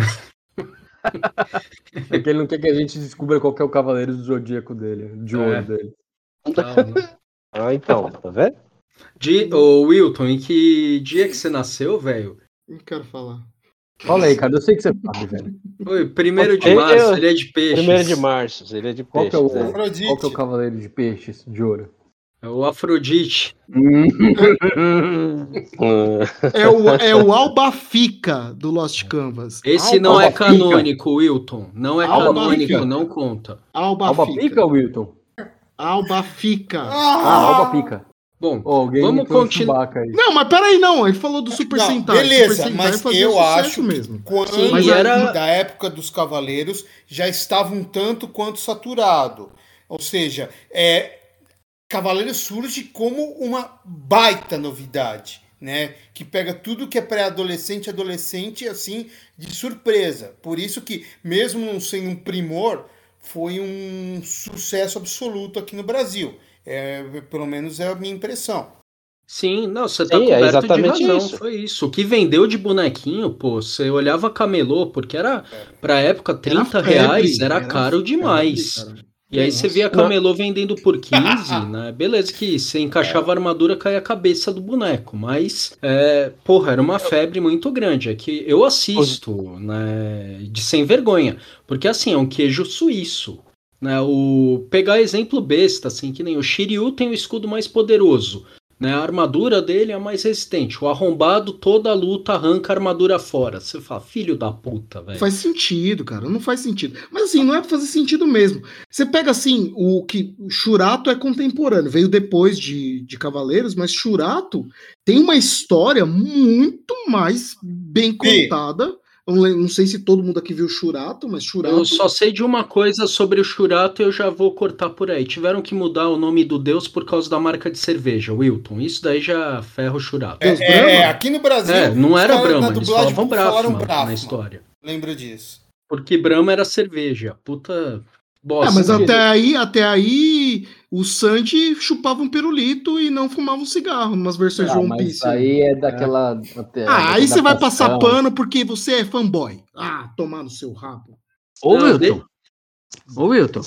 É que ele não quer que a gente descubra qual que é o Cavaleiro do Zodíaco dele, de ouro É. dele. Calma. Ah, então, tá vendo? De, ô, Wilton, em que dia que você nasceu, velho? Não quero falar. Fala aí, cara, eu sei que você sabe, velho. Oi, primeiro de Eu- março, ele é de peixes. Primeiro de março, ele é de Qual que é o, peixes. é. Afrodite. qual que é o cavaleiro de peixes de ouro? É o Afrodite. Hum, É o, é o Albafica do Lost Canvas. Esse Alba- não é Albafica. canônico, Wilton. Não é Albafica. canônico, não conta. Alba Albafica. pica, Wilton? Albafica. Ah, Alba pica. Bom, Ó, alguém vamos meteu um continuar. Chewbacca aí. Não, mas peraí, não. Ele falou do Super Não, Sentai. beleza, Super Sentai mas fazia eu sucesso acho mesmo. que quando Sim, Mas era- da época dos Cavaleiros já estava um tanto quanto saturado. Ou seja, é, Cavaleiros surge como uma baita novidade, né? Que pega tudo que é pré-adolescente e adolescente assim de surpresa. Por isso que, mesmo não sendo um primor, foi um sucesso absoluto aqui no Brasil. É, pelo menos é a minha impressão. Sim, não, você tá Sim, é coberto exatamente de razão, isso. foi isso. O que vendeu de bonequinho, pô, você olhava camelô, porque era, pra época, trinta febre, reais era, era caro febre, demais. cara. E aí você Nossa. via camelô vendendo por quinze, né? Beleza que você encaixava a armadura, caía a cabeça do boneco, mas, é, porra, era uma febre muito grande. É que eu assisto, né, de sem vergonha, porque assim, é um queijo suíço. Né, o pegar exemplo besta, assim, que nem o Shiryu tem o escudo mais poderoso, né, a armadura dele é a mais resistente, o arrombado toda a luta arranca a armadura fora. Você fala, filho da puta, velho. Faz sentido, cara, não faz sentido. Mas assim, não é pra fazer sentido mesmo. Você pega assim, o que o Shurato é contemporâneo, veio depois de, de Cavaleiros, mas Shurato tem uma história muito mais bem contada. Eu não, lem- não sei se todo mundo aqui viu Shurato, mas Shurato. Eu só sei de uma coisa sobre o Shurato e eu já vou cortar por aí. Tiveram que mudar o nome do deus por causa da marca de cerveja, Wilton. Isso daí já ferra o Shurato. Deus É, Brahma? é, aqui no Brasil. É, não os era caras Brahma, na eles dublagem falavam falaram Brahma Brahma. na história. Lembra disso? Porque Brahma era cerveja. Puta bosta. É, mas né? até aí, até aí, o Sanji chupava um pirulito e não fumava um cigarro, umas versões de Ah, One mas Piece. aí é daquela. até- Ah, aí você vai passar adaptação. pano porque você é fanboy. Ah, tomar no seu rabo. Ô, Não, Wilton. Ô, Wilton.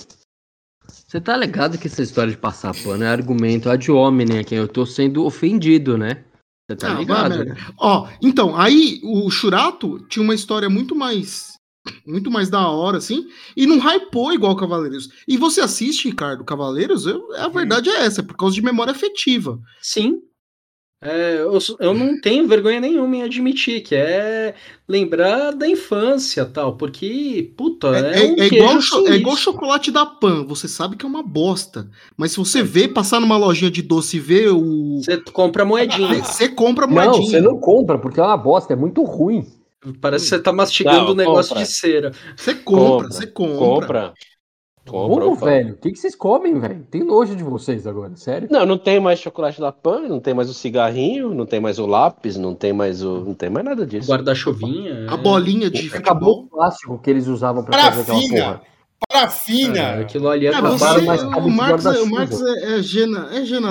Você tá ligado que essa história de passar pano é argumento ad hominem aqui. Eu tô sendo ofendido, né? Você tá Ah, vai, ligado? merda. Ó, então, aí o Shurato tinha uma história muito mais muito mais da hora, assim, e não hypou igual Cavaleiros. E você assiste, Ricardo, Cavaleiros, eu- a verdade é essa, é por causa de memória afetiva. Sim. É, eu, eu não tenho vergonha nenhuma em admitir que é lembrar da infância tal, porque, puta, É, é, é- um é queijo igual, cho- é suíço. igual chocolate da Pan, você sabe que é uma bosta, mas se você vê, passar numa lojinha de doce e ver o... Você compra moedinha. Você compra Não, moedinha. você não compra, porque é uma bosta, é muito ruim. Parece que você tá mastigando Não, um negócio compra. de cera. Você compra, Compra, você compra. Compra. Compra. Como, opa. velho? O que, que vocês comem, velho? Tem nojo de vocês agora, sério? Não, não tem mais chocolate da Pan, não tem mais o cigarrinho, não tem mais o lápis, não tem mais o. Não tem mais nada disso. Guarda-chuvinha. A é- bolinha de Acabou futebol. o plástico que eles usavam pra fazer aquela Parafina! porra. Parafina! É, aquilo ali é É, pra você, Acabaram mais o cabeça de Marx, é, o guarda-chuva. Marx é, é, gena, é gena,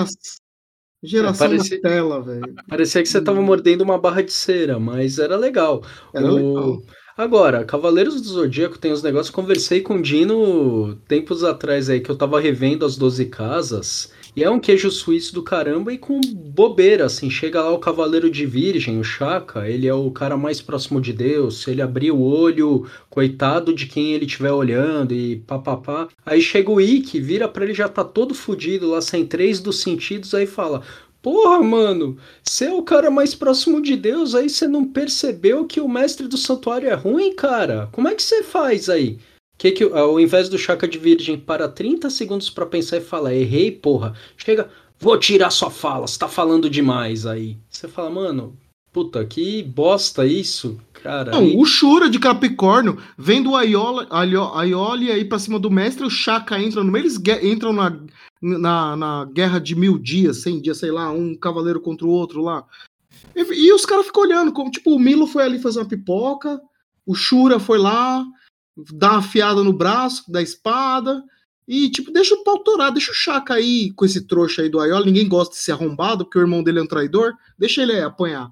geração É, parece- Nutella, velho. Parecia que você tava mordendo uma barra de cera, mas era legal. Era O- legal. Agora, Cavaleiros do Zodíaco tem os negócios. Conversei com o Dino tempos atrás aí, que eu tava revendo as doze casas. E é um queijo suíço do caramba e com bobeira, assim. Chega lá o Cavaleiro de Virgem, o Shaka, ele é o cara mais próximo de Deus. Se ele abrir o olho, coitado de quem ele estiver olhando e papapá. Aí chega o Ikki, vira pra ele, já tá todo fudido lá, sem três dos sentidos, aí fala... Porra, mano, você é o cara mais próximo de Deus, aí você não percebeu que o mestre do santuário é ruim, cara? Como é que você faz aí? Que que ao invés do Shaka de Virgem para trinta segundos pra pensar e falar, errei, porra, chega, vou tirar sua fala, você tá falando demais aí. Você fala, mano, puta, que bosta isso, cara. Não, aí- o Shura de Capricórnio, vendo o Aioli, Aioli aí pra cima do mestre, o Shaka entra no meio, eles gue- entram na, na, na guerra de mil dias, cem dias, sei lá, um cavaleiro contra o outro lá. E, e os caras ficam olhando, como tipo, o Milo foi ali fazer uma pipoca, o Shura foi lá, dar uma afiada no braço da espada, e tipo, deixa o pau torar, deixa o Shaka aí com esse trouxa aí do Aioli, ninguém gosta de ser arrombado, porque o irmão dele é um traidor, deixa ele aí apanhar.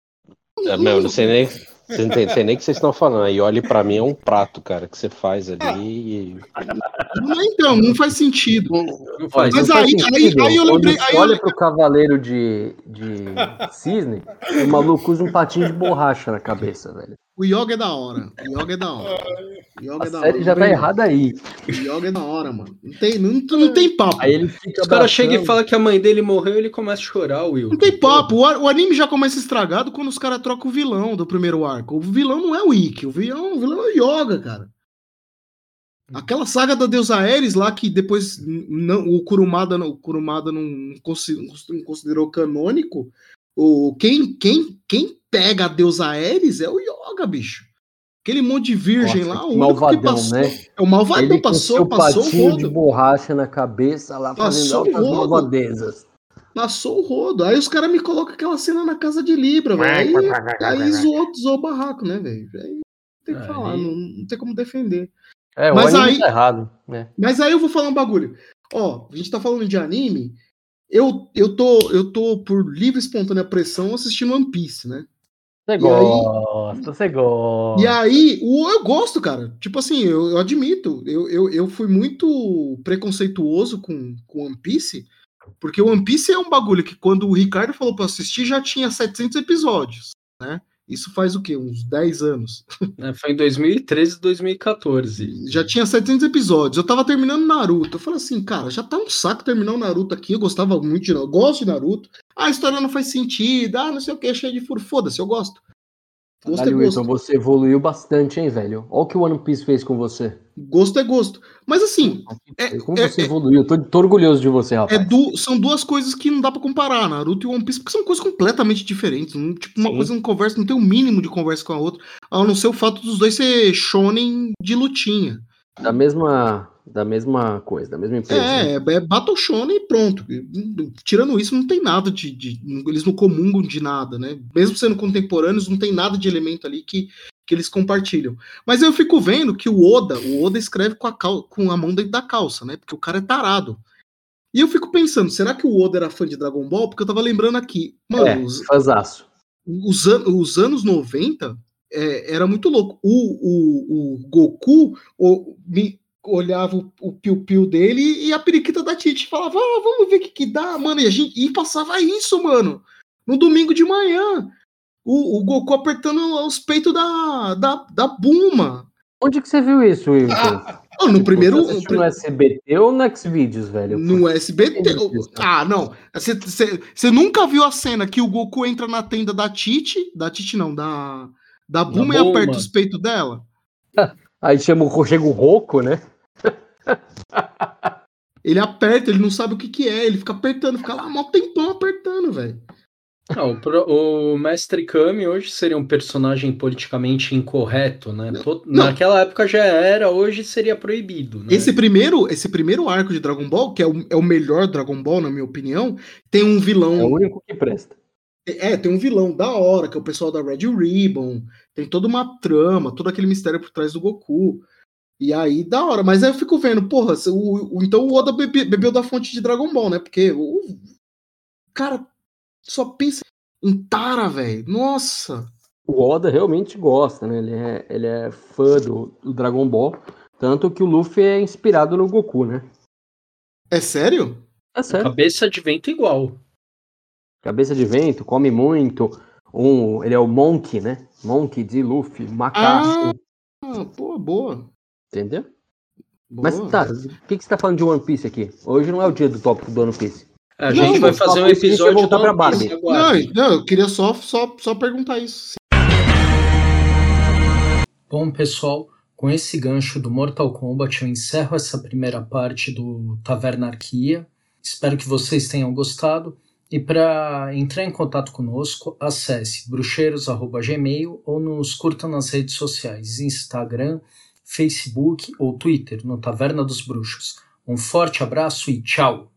É, meu, não sei nem. Vocês não tem- sei nem o que vocês estão falando. Aí olhe pra mim é um prato, cara, que você faz ali. e- Não, então, não faz sentido. Não faz. Mas Não faz aí- aí- sentido. aí eu lembrei- Quando aí você eu olha lembrei- pro cavaleiro de, de cisne, o maluco usa um patinho de borracha na cabeça, velho. O Yoga é da hora. O Yoga é da hora. O Yoga A é da série hora. já Não tá vem- errada aí. O Yoga é da hora, mano. Não tem, não, não tem papo. Aí ele fica Os caras chegam e abraçando. falam que a mãe dele morreu e ele começa a chorar, Will. Não tem papo. O, a- o anime já começa estragado quando os caras trocam o vilão do primeiro arco. O vilão não é o Ikki. O vilão, o vilão é o Yoga, cara. Aquela saga da deusa Ares lá que depois n- não, o Kurumada, não- o Kurumada não, consi- não considerou canônico. O, quem, quem, quem pega a deusa Ares é o Yoga, bicho. Aquele monte de virgem Nossa, lá, que o único malvadão, que passou. né? É o malvadão, Ele com passou, seu passou o patinho de rodo. borracha na cabeça lá fazendo Passou o altas rodo. malvadezas. Passou o rodo. Aí os caras me colocam aquela cena na casa de Libra, velho. Aí, aí zoou, zoou o barraco, né, velho? Aí tem que Aí- falar, não, não tem como defender. É, Mas o anime aí- tá errado, né? Mas aí eu vou falar um bagulho. Ó, a gente tá falando de anime. Eu, eu, tô, eu tô, por livre e espontânea pressão, assistindo One Piece, né? Você E aí- gosta, você gosta. E aí, o, eu gosto, cara. Tipo assim, eu, eu admito, eu, eu, eu fui muito preconceituoso com, com One Piece, porque o One Piece é um bagulho que quando o Ricardo falou pra eu assistir já tinha setecentos episódios, né? Isso faz o quê? Uns dez anos. É, foi em dois mil e treze, dois mil e quatorze. Já tinha setecentos episódios. Eu tava terminando Naruto. Eu falei assim, cara, já tá um saco terminar o Naruto aqui. Eu gostava muito de Naruto. Eu gosto de Naruto. Ah, a história não faz sentido. Ah, não sei o que, é cheio de furo. Foda-se, eu gosto. Gosto é Caralho, gosto. Wilson, você evoluiu bastante, hein, velho? Olha o que o One Piece fez com você. Gosto é gosto. Mas assim, é, Como é- você é- evoluiu? Tô, tô orgulhoso de você, é rapaz. du- são duas coisas que não dá pra comparar, Naruto e One Piece, porque são coisas completamente diferentes. Não- tipo, uma Sim. coisa não conversa, não tem o mínimo de conversa com a outra, a não ser o fato dos dois ser shonen de lutinha. Da mesma, da mesma coisa, da mesma empresa. né? É, é, é Battle Shonen e pronto. Tirando isso, não tem nada de, de- Eles não comungam de nada, né? Mesmo sendo contemporâneos, não tem nada de elemento ali que, que eles compartilham. Mas eu fico vendo que o Oda, o Oda escreve com a, cal- com a mão dentro da calça, né? Porque o cara é tarado. E eu fico pensando, será que o Oda era fã de Dragon Ball? Porque eu tava lembrando aqui, mano, É, os, fazaço. os, an- os anos noventa é, era muito louco. O, o, o Goku o- me olhava o, o piu-piu dele e a periquita da Titi falava, ah, vamos ver o que, que dá, mano. E, a gente, e passava isso, mano, no domingo de manhã. O, o Goku apertando os peitos da, da, da Bulma. Onde que você viu isso, Wilson? Ah, no primeiro. Você assistiu no S B T ou no Xvideos, velho? No S B T. Isso. Ah, não. Você- Você você nunca viu a cena que o Goku entra na tenda da Titi? Da Titi não, da, da Bulma e Bulma. aperta os peitos dela? Aí chama o, chega o Roco, né? Ele aperta, ele não sabe o que que é, ele fica apertando, fica lá mó tempão apertando, velho. Não, o, pro- o Mestre Kami hoje seria um personagem politicamente incorreto, né? To- não. Naquela época já era, hoje seria proibido, né? Esse primeiro, esse primeiro arco de Dragon Ball, que é o, é o melhor Dragon Ball, na minha opinião, tem um vilão. É o único que presta. É, tem um vilão da hora, que é o pessoal da Red Ribbon. Tem toda uma trama, todo aquele mistério por trás do Goku. E aí, da hora. Mas aí eu fico vendo, porra, se o, o- então o Oda bebe- bebeu da fonte de Dragon Ball, né? Porque o cara só pensa em Tara, velho. Nossa. O Oda realmente gosta, né? Ele é, ele é fã do, do Dragon Ball. Tanto que o Luffy é inspirado no Goku, né? É sério? É sério. Cabeça de vento igual. Cabeça de vento, come muito. Um, ele é o Monk, né? Monk de Luffy, macaco. Ah, pô, boa. Entendeu? boa. Mas tá, o que, que você tá falando de One Piece aqui? Hoje não é o dia do tópico do One Piece. A Não, gente vai mas fazer um One Piece episódio vai voltar do pra One Piece, Barbie. Não, aguarde. não, eu queria só, só, só perguntar isso. Bom, pessoal, com esse gancho do Mortal Kombat, eu encerro essa primeira parte do Tavernarquia. Espero que vocês tenham gostado. E para entrar em contato conosco, acesse bruxeiros arroba gmail ou nos curta nas redes sociais, Instagram, Facebook ou Twitter, no Taverna dos Bruxos. Um forte abraço e tchau!